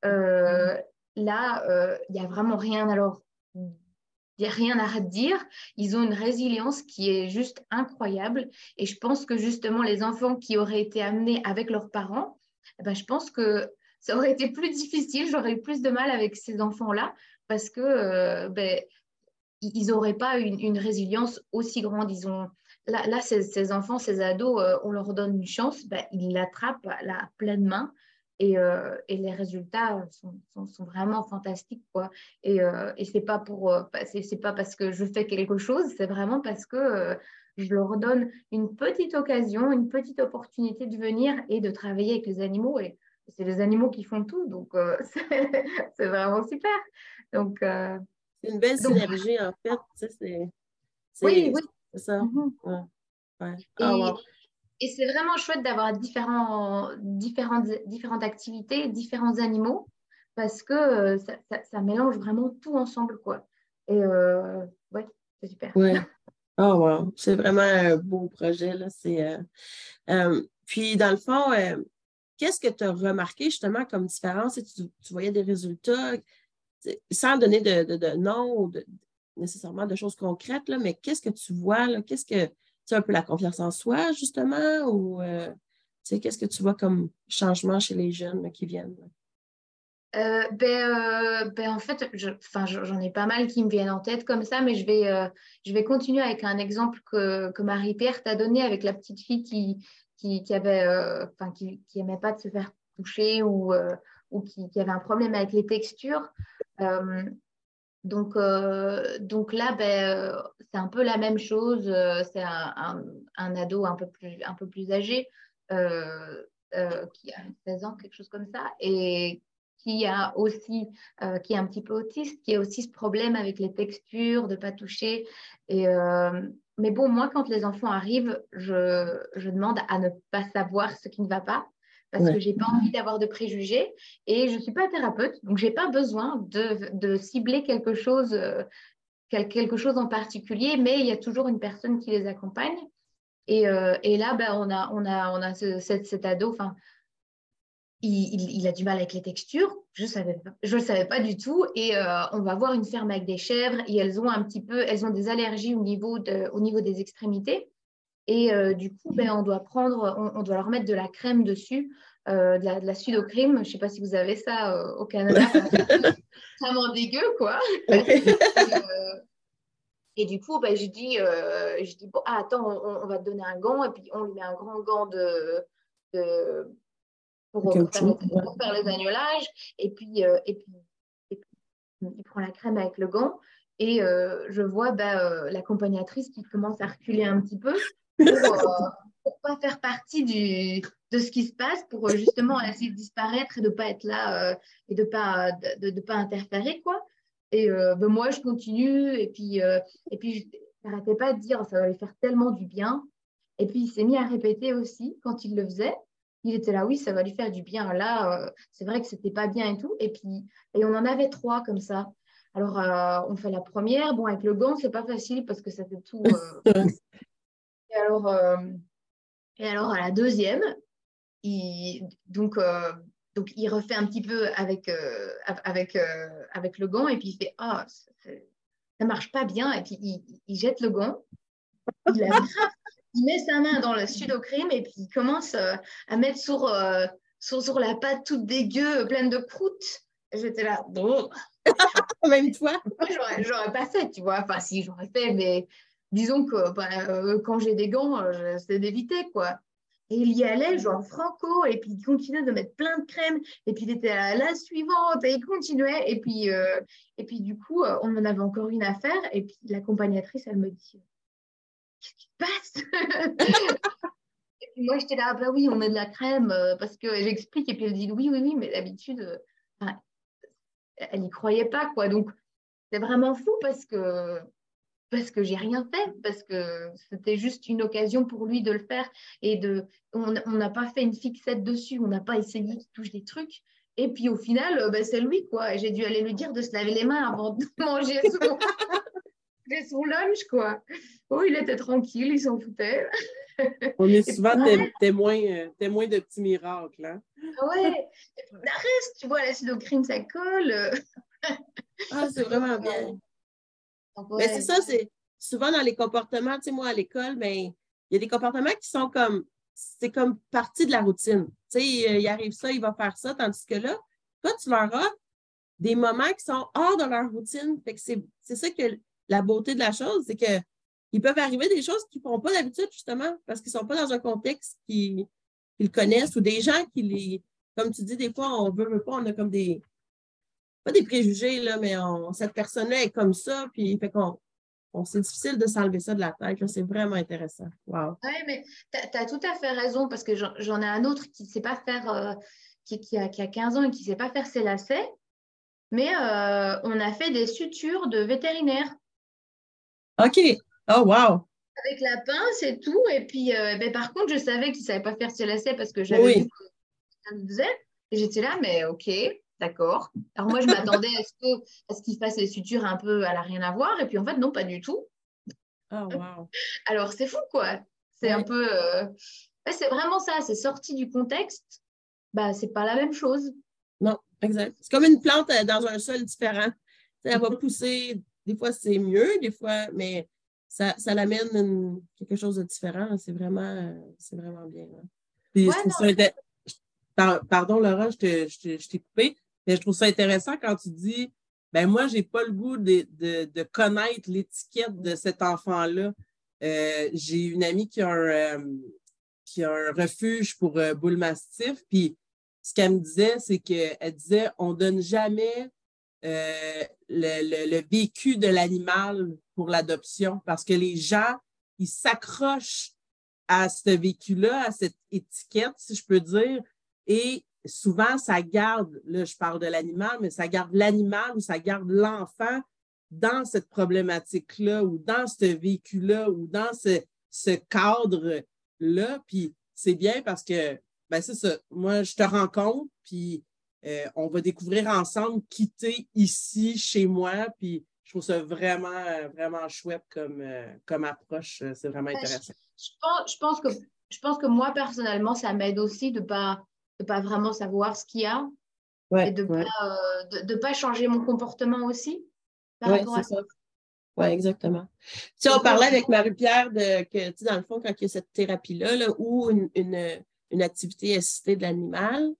là, il n'y a vraiment rien. Alors, il n'y a rien à redire. Ils ont une résilience qui est juste incroyable. Et je pense que justement, les enfants qui auraient été amenés avec leurs parents, eh ben, je pense que ça aurait été plus difficile. J'aurais eu plus de mal avec ces enfants-là parce que ils n'auraient pas une résilience aussi grande. Là ces enfants, ces ados, on leur donne une chance, ils l'attrapent là, à pleine main. Et les résultats sont vraiment fantastiques, quoi. Et c'est pas c'est pas parce que je fais quelque chose, c'est vraiment parce que je leur donne une petite occasion, une petite opportunité de venir et de travailler avec les animaux. Et c'est les animaux qui font tout, donc c'est vraiment super. Donc, c'est une belle donc synergie, en fait. Tu sais, oui, oui. c'est ça. Mhm. Ouais. Ouais. Ah, Et, wow. et c'est vraiment chouette d'avoir différentes activités, différents animaux, parce que ça mélange vraiment tout ensemble, quoi. Et ouais, c'est super. Ouais. Oh, wow. C'est vraiment un beau projet, là. Puis, dans le fond, qu'est-ce que tu as remarqué justement comme différence? Si tu voyais des résultats, sans donner de nom ou nécessairement de choses concrètes, là, mais qu'est-ce que tu vois, là? C'est un peu la confiance en soi, justement, ou qu'est-ce que tu vois comme changement chez les jeunes là, qui viennent? Là? En fait, j'en ai pas mal qui me viennent en tête comme ça, mais je vais continuer avec un exemple que Marie-Pierre t'a donné avec la petite fille qui avait, qui aimait pas de se faire toucher ou qui avait un problème avec les textures. Euh, donc là, c'est un peu la même chose. C'est un ado un peu plus âgé qui a 16 ans, quelque chose comme ça, et qui a aussi, qui est un petit peu autiste, qui a aussi ce problème avec les textures, de ne pas toucher. Mais bon, moi, quand les enfants arrivent, je demande à ne pas savoir ce qui ne va pas parce que je n'ai pas envie d'avoir de préjugés. Et je ne suis pas thérapeute, donc je n'ai pas besoin de cibler quelque chose en particulier, mais il y a toujours une personne qui les accompagne. Et là, on a cet ado, il a du mal avec les textures, je le savais pas du tout. Et on va voir une ferme avec des chèvres et elles ont des allergies au niveau des extrémités. Et du coup, on doit leur mettre de la crème dessus, de la Sudocrem. Je ne sais pas si vous avez ça au Canada. C'est vraiment dégueu, quoi. Et du coup, je dis bon, attends, on va te donner un gant. Et puis, on lui met un grand gant pour faire les agnelages. Et puis, il prend la crème avec le gant. Et je vois l'accompagnatrice qui commence à reculer un petit peu pour pas faire partie de ce qui se passe, pour justement essayer de disparaître et de pas être là et de pas interférer, quoi. Et moi, je continue et puis je n'arrêtais pas de dire ça va lui faire tellement du bien. Et puis, il s'est mis à répéter aussi quand il le faisait. Il était là, oui, ça va lui faire du bien. Là, c'est vrai que c'était pas bien et tout. Et on en avait 3 comme ça. Alors, on fait la première. Bon, avec le gant, c'est pas facile parce que ça fait tout. Et alors, à la deuxième, donc, il refait un petit peu avec le gant et puis il fait ça marche pas bien. Et puis, il jette le gant. Il met sa main dans le Sudocrem et puis il commence à mettre sur la pâte toute dégueu, pleine de croûte. J'étais là, bon. Même toi. J'aurais pas fait, tu vois. Enfin, si, j'aurais fait, mais disons que quand j'ai des gants, c'est d'éviter, quoi. Et il y allait, genre franco, et puis il continuait de mettre plein de crème, et puis il était à la suivante, et il continuait. Et puis du coup, on en avait encore une à faire, et puis l'accompagnatrice, elle me dit, qu'est-ce qui se passe? Et puis moi, j'étais là, oui, on met de la crème, parce que j'explique, et puis elle dit, oui, mais d'habitude, elle n'y croyait pas, quoi. Donc, c'est vraiment fou parce que j'ai rien fait, parce que c'était juste une occasion pour lui de le faire. Et on n'a pas fait une fixette dessus, on n'a pas essayé qu'il touche des trucs. Et puis au final, c'est lui, quoi. J'ai dû aller lui dire de se laver les mains avant de manger fait son lunch, quoi. Oh, il était tranquille, il s'en foutait. On est souvent Ouais. témoins de petits miracles, hein? Ouais. Et puis, reste, tu vois, l'acidocrine, ça colle. Ah, c'est vraiment bien. Donc, Mais c'est ouais. ça, c'est souvent dans les comportements, tu sais, moi, à l'école, mais il y a des comportements qui sont comme, c'est comme partie de la routine. Tu sais, il arrive ça, il va faire ça, tandis que là, toi, tu leur as des moments qui sont hors de leur routine. Fait que c'est ça que la beauté de la chose, c'est que ils peuvent arriver des choses qu'ils ne font pas d'habitude, justement, parce qu'ils ne sont pas dans un contexte qu'ils connaissent ou des gens qui les, comme tu dis, des fois, on veut pas, on a comme des, pas des préjugés, là, mais cette personne-là est comme ça, puis fait qu'on c'est difficile de s'enlever ça de la tête. Là. C'est vraiment intéressant. Wow. Ouais, mais tu as tout à fait raison parce que j'en ai un autre qui ne sait pas faire, qui a 15 ans et qui ne sait pas faire ses lacets, mais on a fait des sutures de vétérinaire OK. Oh, wow. avec la pince et tout. Et puis, ben, par contre, je savais qu'il ne savait pas faire ses lacets parce que j'avais vu Oui. que ça le faisait. Et j'étais là, mais OK, d'accord. Alors moi, je m'attendais à ce qu'il fasse les sutures un peu à la rien à voir. Et puis, en fait, non, pas du tout. Oh, wow. Alors, c'est fou, quoi. C'est un Oui. peu... ouais, c'est vraiment ça, c'est sorti du contexte. Bah, c'est pas la même chose. Non, exact. C'est comme une plante dans un sol différent. Tu sais, elle va pousser, des fois c'est mieux, des fois, mais ça l'amène quelque chose de différent. C'est vraiment bien. Là. Puis je Ouais, trouve non, ça Pardon, Laura, je t'ai coupé, mais je trouve ça intéressant quand tu dis ben moi, j'ai pas le goût de connaître l'étiquette de cet enfant-là. J'ai une amie qui a un refuge pour boules mastiff, puis ce qu'elle me disait, c'est qu'elle disait on donne jamais le vécu de l'animal pour l'adoption parce que les gens, ils s'accrochent à ce vécu-là, à cette étiquette, si je peux dire, et souvent, ça garde, là, je parle de l'animal, mais ça garde l'animal ou ça garde l'enfant dans cette problématique-là ou dans ce vécu-là ou dans ce cadre-là. Puis c'est bien parce que, ben c'est ça, moi, je te rencontre, puis on va découvrir ensemble qui t'es ici, chez moi, puis je trouve ça vraiment, vraiment chouette comme approche. C'est vraiment ouais, intéressant. je pense que moi, personnellement, ça m'aide aussi de pas vraiment savoir ce qu'il y a et Ouais, ouais, de pas changer mon comportement aussi par ouais, rapport c'est à ça. ça. Oui, exactement. Si on parlait avec Marie-Pierre que, tu sais, dans le fond, quand il y a cette thérapie-là, là, ou une activité assistée de l'animal,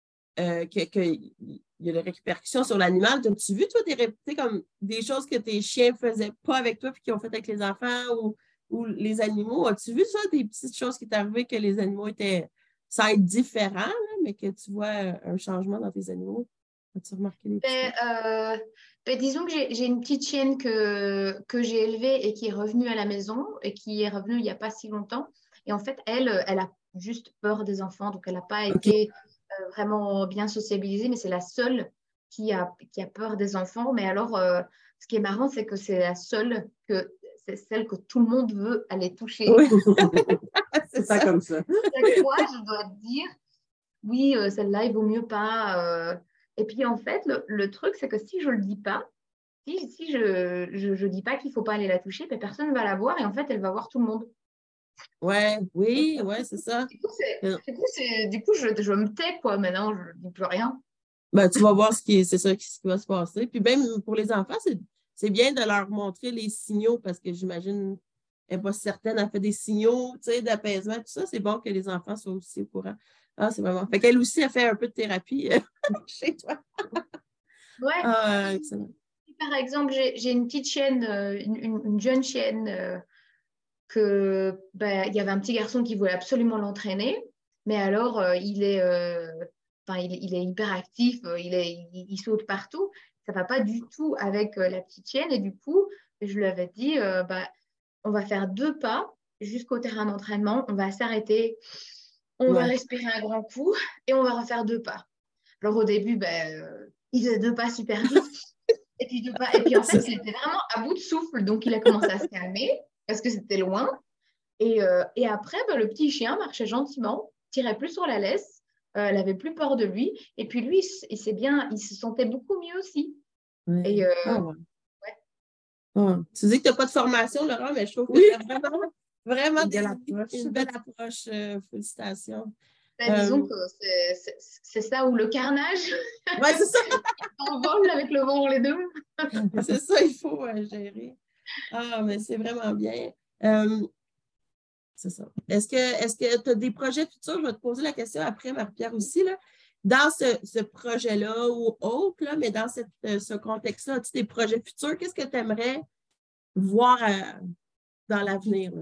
qu'il y a des répercussions sur l'animal, as-tu vu, toi, comme des choses que tes chiens ne faisaient pas avec toi puis qu'ils ont fait avec les enfants ou les animaux? As-tu vu ça, des petites choses qui t'arrivaient que les animaux étaient, ça être différent, là, mais que tu vois un changement dans tes animaux? As-tu remarqué des petits Ben, trucs? disons que j'ai une petite chienne que j'ai élevée et qui est revenue à la maison et qui est revenue il n'y a pas si longtemps. Et en fait, elle a juste peur des enfants, donc elle n'a pas OK. été vraiment bien sociabilisée, mais c'est la seule qui a peur des enfants. Mais alors, ce qui est marrant, c'est que c'est celle que tout le monde veut aller toucher. Oui, c'est C'est ça ça. comme ça. Chaque fois, je dois te dire, oui, celle-là, il vaut mieux pas. Et puis, en fait, le truc, c'est que si je le dis pas, si je dis pas qu'il faut pas aller la toucher, ben, personne ne va la voir et en fait, elle va voir tout le monde. Ouais, oui, ouais, c'est ça. Du coup, je me tais, quoi. Maintenant, je dis plus rien. Ben, tu vas voir c'est ça ce qui va se passer. Puis même pour les enfants, c'est bien de leur montrer les signaux parce que j'imagine elle n'est pas certaine, elle fait des signaux, tu sais, d'apaisement, tout ça. C'est bon que les enfants soient aussi au courant. Ah, c'est vraiment. Fait qu'elle aussi a fait un peu de thérapie chez toi. Ouais. Ah, excellent. Par exemple, j'ai une petite chienne, une jeune chienne que ben, il y avait un petit garçon qui voulait absolument l'entraîner, mais alors il est hyper actif, il saute partout. Ça va pas du tout avec la petite chienne et du coup, je lui avais dit bah, on va faire 2 pas jusqu'au terrain d'entraînement, on va s'arrêter, on va Ouais. respirer un grand coup et on va refaire 2 pas. Alors au début, ben, il faisait 2 pas super vite. Et puis, et puis en fait, il était vraiment à bout de souffle. Donc, il a commencé à se calmer parce que c'était loin. Et après, ben, le petit chien marchait gentiment, tirait plus sur la laisse. Elle avait plus peur de lui. Et puis lui, il se sentait beaucoup mieux aussi. Ouais. Et Ah, ouais. ouais. Tu dis que tu n'as pas de formation, Laurent, mais je trouve que Oui. c'est vraiment Une belle approche. une belle approche. Félicitations. Disons que c'est ça ou le carnage. Oui, c'est ça. On vole avec le vent les deux. C'est ça, il faut gérer. Ah, mais c'est vraiment bien. C'est ça. Est-ce que tu as des projets futurs? Je vais te poser la question après, Marie-Pierre aussi. Là. Dans ce projet-là ou autre, là, mais dans ce contexte-là, as-tu des projets futurs? Qu'est-ce que tu aimerais voir dans l'avenir?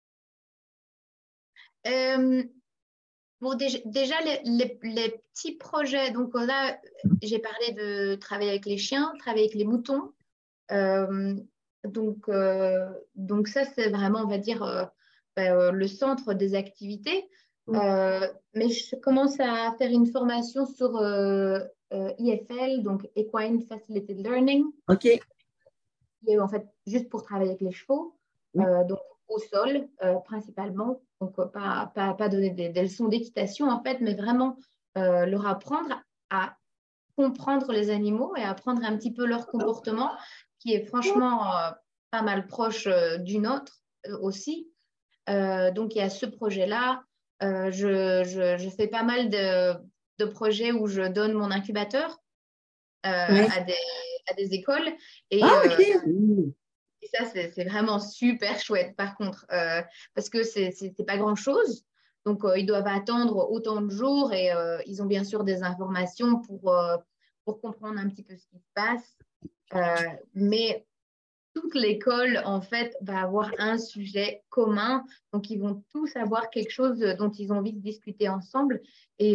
Bon, déjà, les petits projets. Donc là, j'ai parlé de travailler avec les chiens, travailler avec les moutons. Donc ça, c'est vraiment, on va dire, le centre des activités. Mais je commence à faire une formation sur IFL, donc Equine Facilitated Learning. OK. Qui est en fait juste pour travailler avec les chevaux, donc au sol principalement. Donc pas donner des leçons d'équitation en fait, mais vraiment leur apprendre à comprendre les animaux et apprendre un petit peu leur comportement, qui est franchement pas mal proche du nôtre aussi. Donc, il y a ce projet-là. Je fais pas mal de projets où je donne mon incubateur à des écoles. Et, OK. Et ça, c'est vraiment super chouette, par contre, parce que c'est pas grand-chose. Donc, ils doivent attendre autant de jours et ils ont bien sûr des informations pour comprendre un petit peu ce qui se passe. Mais toute l'école, en fait, va avoir un sujet commun. Donc, ils vont tous avoir quelque chose dont ils ont envie de discuter ensemble. Et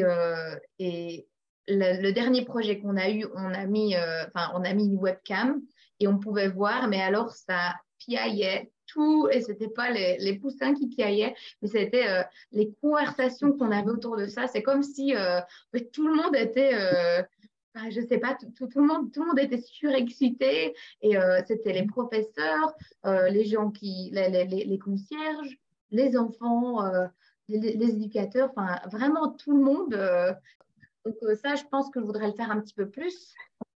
le dernier projet qu'on a eu, on a mis une webcam et on pouvait voir, mais alors ça piaillait tout, et c'était pas les poussins qui piaillaient, mais c'était les conversations qu'on avait autour de ça. C'est comme si tout le monde était... je sais pas, tout le monde était surexcité, et c'était les professeurs, les gens les concierges, les enfants, les éducateurs, enfin vraiment tout le monde. Donc ça, je pense que je voudrais le faire un petit peu plus.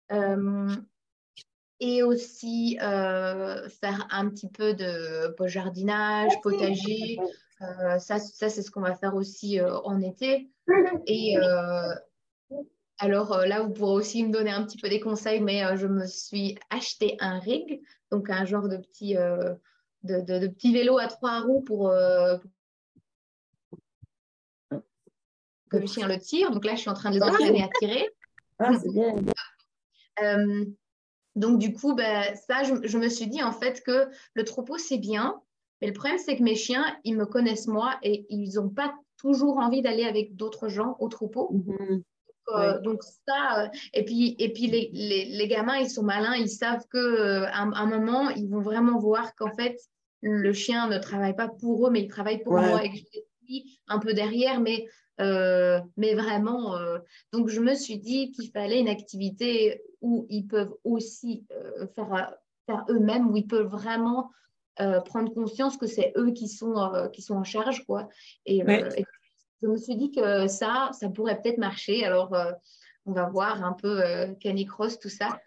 Et aussi faire un petit peu de jardinage, potager. Ça c'est ce qu'on va faire aussi en été. Et alors là, vous pourrez aussi me donner un petit peu des conseils, mais je me suis acheté un rig, donc un genre de petit, de petit vélo à 3 roues pour que le chien le tire. Donc là, je suis en train de les entraîner à tirer. Ah, c'est bien. Donc du coup, ça, je me suis dit en fait que le troupeau, c'est bien, mais le problème, c'est que mes chiens, ils me connaissent moi et ils n'ont pas toujours envie d'aller avec d'autres gens au troupeau. Donc ça, et puis les gamins, ils sont malins, ils savent qu'à un moment, ils vont vraiment voir qu'en fait, le chien ne travaille pas pour eux, mais il travaille pour moi, et que je suis un peu derrière, mais vraiment. Donc, je me suis dit qu'il fallait une activité où ils peuvent aussi faire eux-mêmes, où ils peuvent vraiment prendre conscience que c'est eux qui sont en charge, quoi. Et je me suis dit que ça pourrait peut-être marcher. Alors, on va voir un peu canicross, tout ça.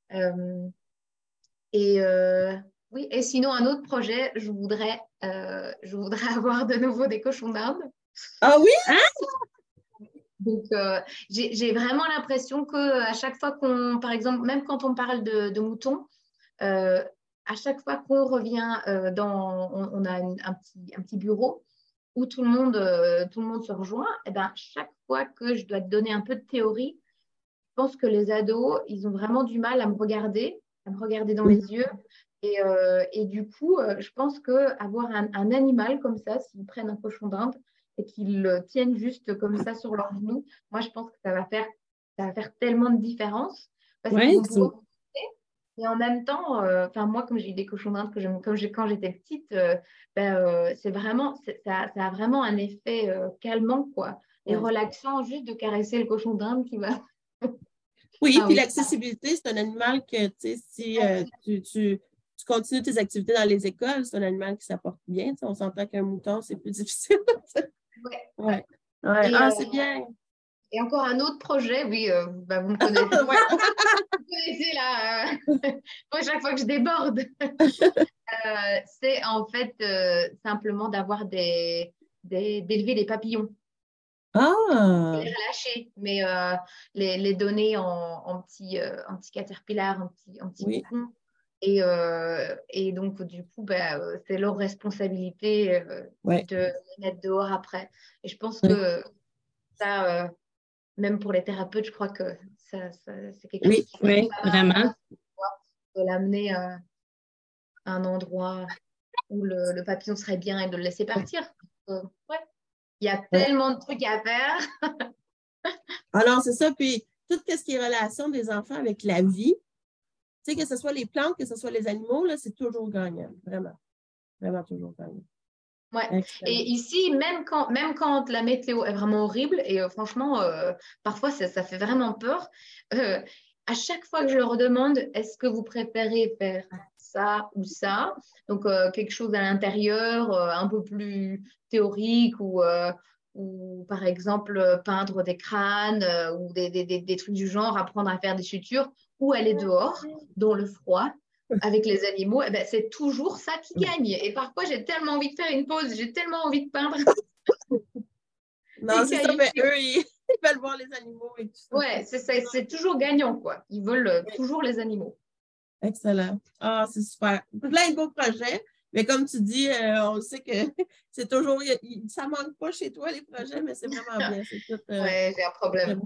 Oui, et sinon, un autre projet, je voudrais avoir de nouveau des cochons d'Inde. Ah oui? Donc, j'ai vraiment l'impression qu'à chaque fois par exemple, même quand on parle de moutons, à chaque fois qu'on revient on a un petit bureau où tout le monde se rejoint, et ben, chaque fois que je dois te donner un peu de théorie, je pense que les ados, ils ont vraiment du mal à me regarder dans les yeux. Et du coup, je pense qu'avoir un animal comme ça, s'ils prennent un cochon d'Inde et qu'ils le tiennent juste comme ça sur leurs genoux, moi, je pense que ça va faire tellement de différence. Parce qu'ils vont pouvoir... Et en même temps, moi, comme j'ai eu des cochons d'Inde quand j'étais petite, c'est vraiment, ça a vraiment un effet calmant, quoi, et relaxant, juste de caresser le cochon d'Inde qui va. Oui, puis l'accessibilité, c'est un animal que, tu sais, si tu continues tes activités dans les écoles, c'est un animal qui s'apporte bien. On s'entend qu'un mouton, c'est plus difficile. Ouais. Ah, c'est bien. Et encore un autre projet, oui, vous me connaissez. connaissez là, à chaque fois que je déborde. C'est en fait simplement d'avoir d'élever des papillons. Ah! Les relâcher, mais les donner en petit caterpillar, en petit Oui. cocon. Et donc, du coup, c'est leur responsabilité Ouais. de les mettre dehors après. Et je pense Oui. que ça, même pour les thérapeutes, je crois que c'est quelque chose Oui, qui Oui, vraiment. de l'amener à un endroit où le papillon serait bien et de le laisser partir. Ouais. Il y a ouais. tellement de trucs à faire. Ah non, c'est ça. Puis, tout ce qui est relation des enfants avec la vie, tu sais, que ce soit les plantes, que ce soit les animaux, là, c'est toujours gagnant. Vraiment. Vraiment toujours gagnant. Ouais. Excellent. Et ici, même quand la météo est vraiment horrible, et franchement, parfois ça fait vraiment peur, à chaque fois que je leur demande, est-ce que vous préférez faire ça ou ça? Donc, quelque chose à l'intérieur, un peu plus théorique, ou par exemple, peindre des crânes, ou des trucs du genre, apprendre à faire des sutures, ou aller dehors, dans le froid avec les animaux, eh ben, c'est toujours ça qui gagne. Et parfois, j'ai tellement envie de faire une pause, j'ai tellement envie de peindre Non, des c'est ça, cailloux. mais eux, ils veulent voir les animaux et tout ça. Ouais, c'est toujours gagnant, quoi. Ils veulent toujours les animaux. Excellent. Ah, c'est super. Plein de beaux projets. Mais comme tu dis, on sait que c'est toujours, ça manque pas chez toi, les projets, mais c'est vraiment bien. C'est tout. Ouais, j'ai un problème.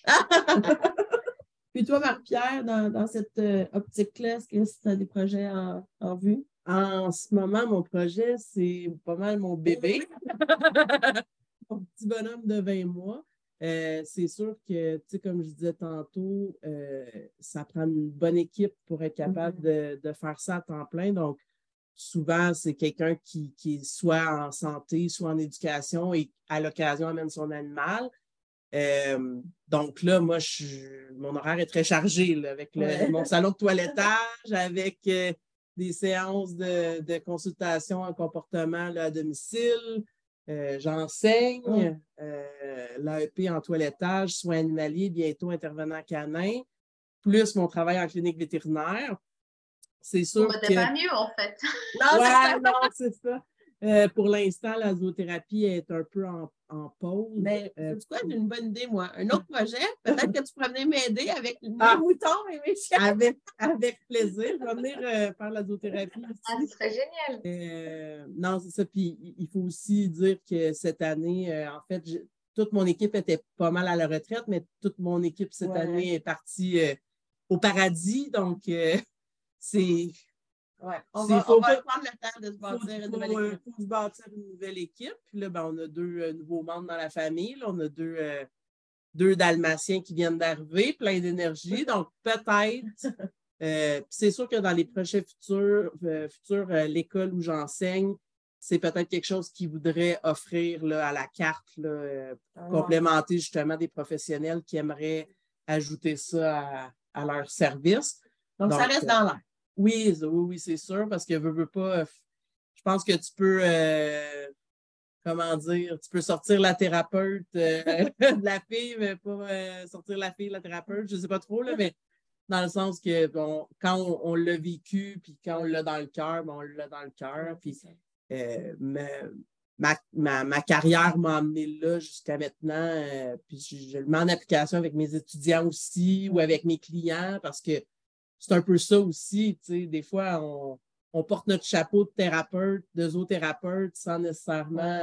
Puis toi, Marie-Pierre, dans cette optique-là, est-ce que tu as des projets en vue? En ce moment, mon projet, c'est pas mal mon bébé. Mon petit bonhomme de 20 mois. C'est sûr que, tu sais, comme je disais tantôt, ça prend une bonne équipe pour être capable de faire ça à temps plein. Donc, souvent, c'est quelqu'un qui est soit en santé, soit en éducation et à l'occasion amène son animal. Donc là, moi, mon horaire est très chargé là, avec mon salon de toilettage, avec des séances de consultation en comportement là, à domicile. J'enseigne l'AEP en toilettage, soins animaliers, bientôt intervenant canin, plus mon travail en clinique vétérinaire. C'est sûr Bon, que... t'es pas mieux, en fait. Non, c'est ça. Pour l'instant, la zoothérapie est un peu en pause. Mais c'est quoi, j'ai une bonne idée, moi. Un autre projet, peut-être que tu pourrais venir m'aider avec mes moutons et mes chiens. Avec plaisir. Je vais venir faire la zoothérapie ici. Ah, ce serait génial. Non, c'est ça. Puis il faut aussi dire que cette année, en fait, toute mon équipe était pas mal à la retraite, mais toute mon équipe cette année est partie au paradis. Donc, c'est... Ouais. On va prendre le temps de se bâtir une nouvelle équipe. Faut se bâtir une nouvelle équipe. Puis là, on a 2 nouveaux membres dans la famille. Là, on a 2 dalmatiens qui viennent d'arriver, plein d'énergie. Donc, peut-être. C'est sûr que dans les projets futurs, l'école où j'enseigne, c'est peut-être quelque chose qu'ils voudraient offrir là, à la carte, là, complémenter justement des professionnels qui aimeraient ajouter ça à leur service. Donc ça reste dans l'air. Oui, c'est sûr, parce que veux pas. Je pense que tu peux, comment dire, tu peux sortir la thérapeute de la fille, mais pas sortir la fille de la thérapeute, je ne sais pas trop, là, mais dans le sens que quand on l'a vécu, puis quand on l'a dans le cœur, on l'a dans le cœur. Puis ma carrière m'a amené là jusqu'à maintenant. Puis je le mets en application avec mes étudiants aussi ou avec mes clients parce que c'est un peu ça aussi. Tu sais, des fois, on porte notre chapeau de thérapeute, de zoothérapeute sans nécessairement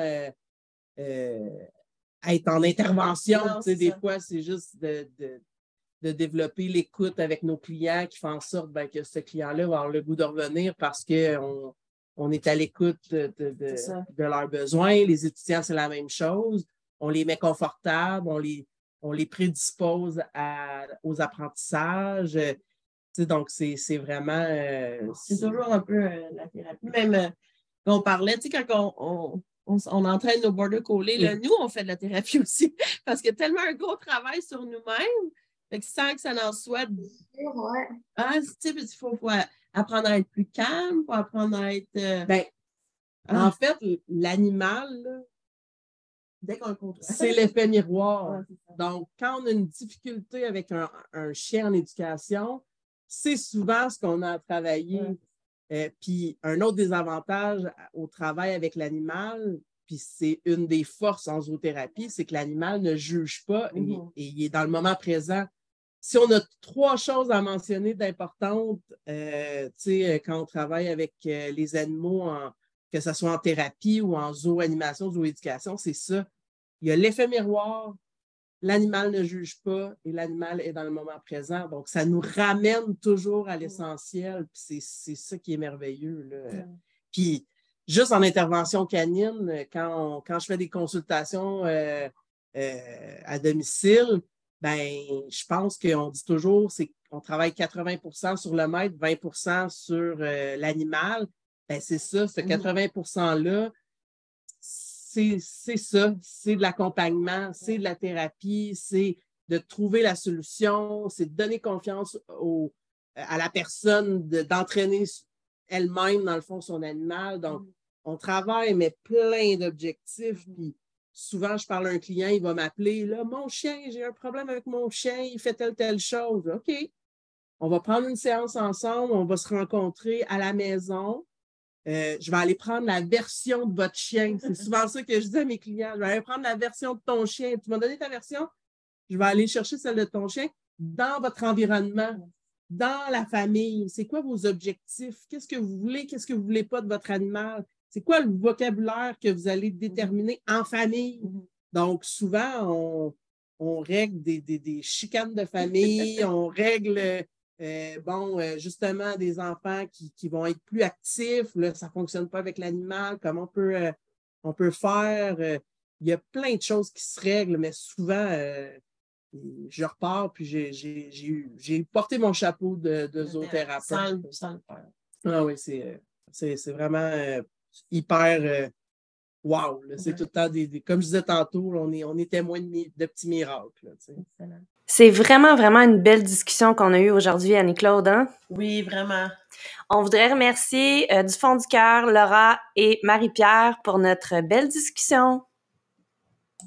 être en intervention. Non, tu sais, des fois, c'est juste de développer l'écoute avec nos clients qui fait en sorte que ce client-là va avoir le goût de revenir parce qu'on est à l'écoute de leurs besoins. Les étudiants, c'est la même chose. On les met confortables, on les prédispose aux apprentissages. Donc, c'est vraiment... c'est toujours un peu la thérapie. Même on parlait, tu sais, quand on entraîne nos border collies, là, nous, on fait de la thérapie aussi parce qu'il y a tellement un gros travail sur nous-mêmes. Fait que sans que ça n'en soit. Ouais. Il faut apprendre à être plus calme, il faut apprendre à être. En fait, l'animal, là, Dès qu'on le contrôle. C'est l'effet miroir. Ouais, c'est ça. Donc, quand on a une difficulté avec un chien en éducation, c'est souvent ce qu'on a à travailler. Puis, un autre désavantage au travail avec l'animal, puis c'est une des forces en zoothérapie, c'est que l'animal ne juge pas et il est dans le moment présent. Si on a 3 choses à mentionner d'importantes, quand on travaille avec les animaux, que ce soit en thérapie ou en zooanimation, zooéducation, c'est ça. Il y a l'effet miroir, l'animal ne juge pas et l'animal est dans le moment présent. Donc, ça nous ramène toujours à l'essentiel. Puis c'est ça qui est merveilleux, là. Puis, juste en intervention canine, quand je fais des consultations à domicile, ben, je pense qu'on dit toujours qu'on travaille 80% sur le maître, 20% sur l'animal. Ben, c'est ça, ce 80%-là, c'est ça, c'est de l'accompagnement, c'est de la thérapie, c'est de trouver la solution, c'est de donner confiance à la personne, d'entraîner elle-même, dans le fond, son animal. Donc, on travaille, mais plein d'objectifs. Puis souvent, je parle à un client, il va m'appeler, là, mon chien, j'ai un problème avec mon chien, il fait telle chose. OK, on va prendre une séance ensemble, on va se rencontrer à la maison. Je vais aller prendre la version de votre chien. C'est souvent ça que je dis à mes clients. Je vais aller prendre la version de ton chien. Tu m'as donné ta version? Je vais aller chercher celle de ton chien dans votre environnement, dans la famille. C'est quoi vos objectifs? Qu'est-ce que vous voulez? Qu'est-ce que vous ne voulez pas de votre animal? C'est quoi le vocabulaire que vous allez déterminer en famille? Donc, souvent, on règle des chicanes de famille, on règle... justement, des enfants qui vont être plus actifs, là, ça ne fonctionne pas avec l'animal, comment on peut faire. Il y a plein de choses qui se règlent, mais souvent, je repars, puis j'ai porté mon chapeau de zoothérapeute. Sans le faire. Ah oui, c'est vraiment hyper... wow! Là, c'est tout le temps comme je disais tantôt, on est témoin de petits miracles. Là, excellent. C'est vraiment, vraiment une belle discussion qu'on a eue aujourd'hui, Annie-Claude. Hein? Oui, vraiment. On voudrait remercier du fond du cœur Laura et Marie-Pierre pour notre belle discussion.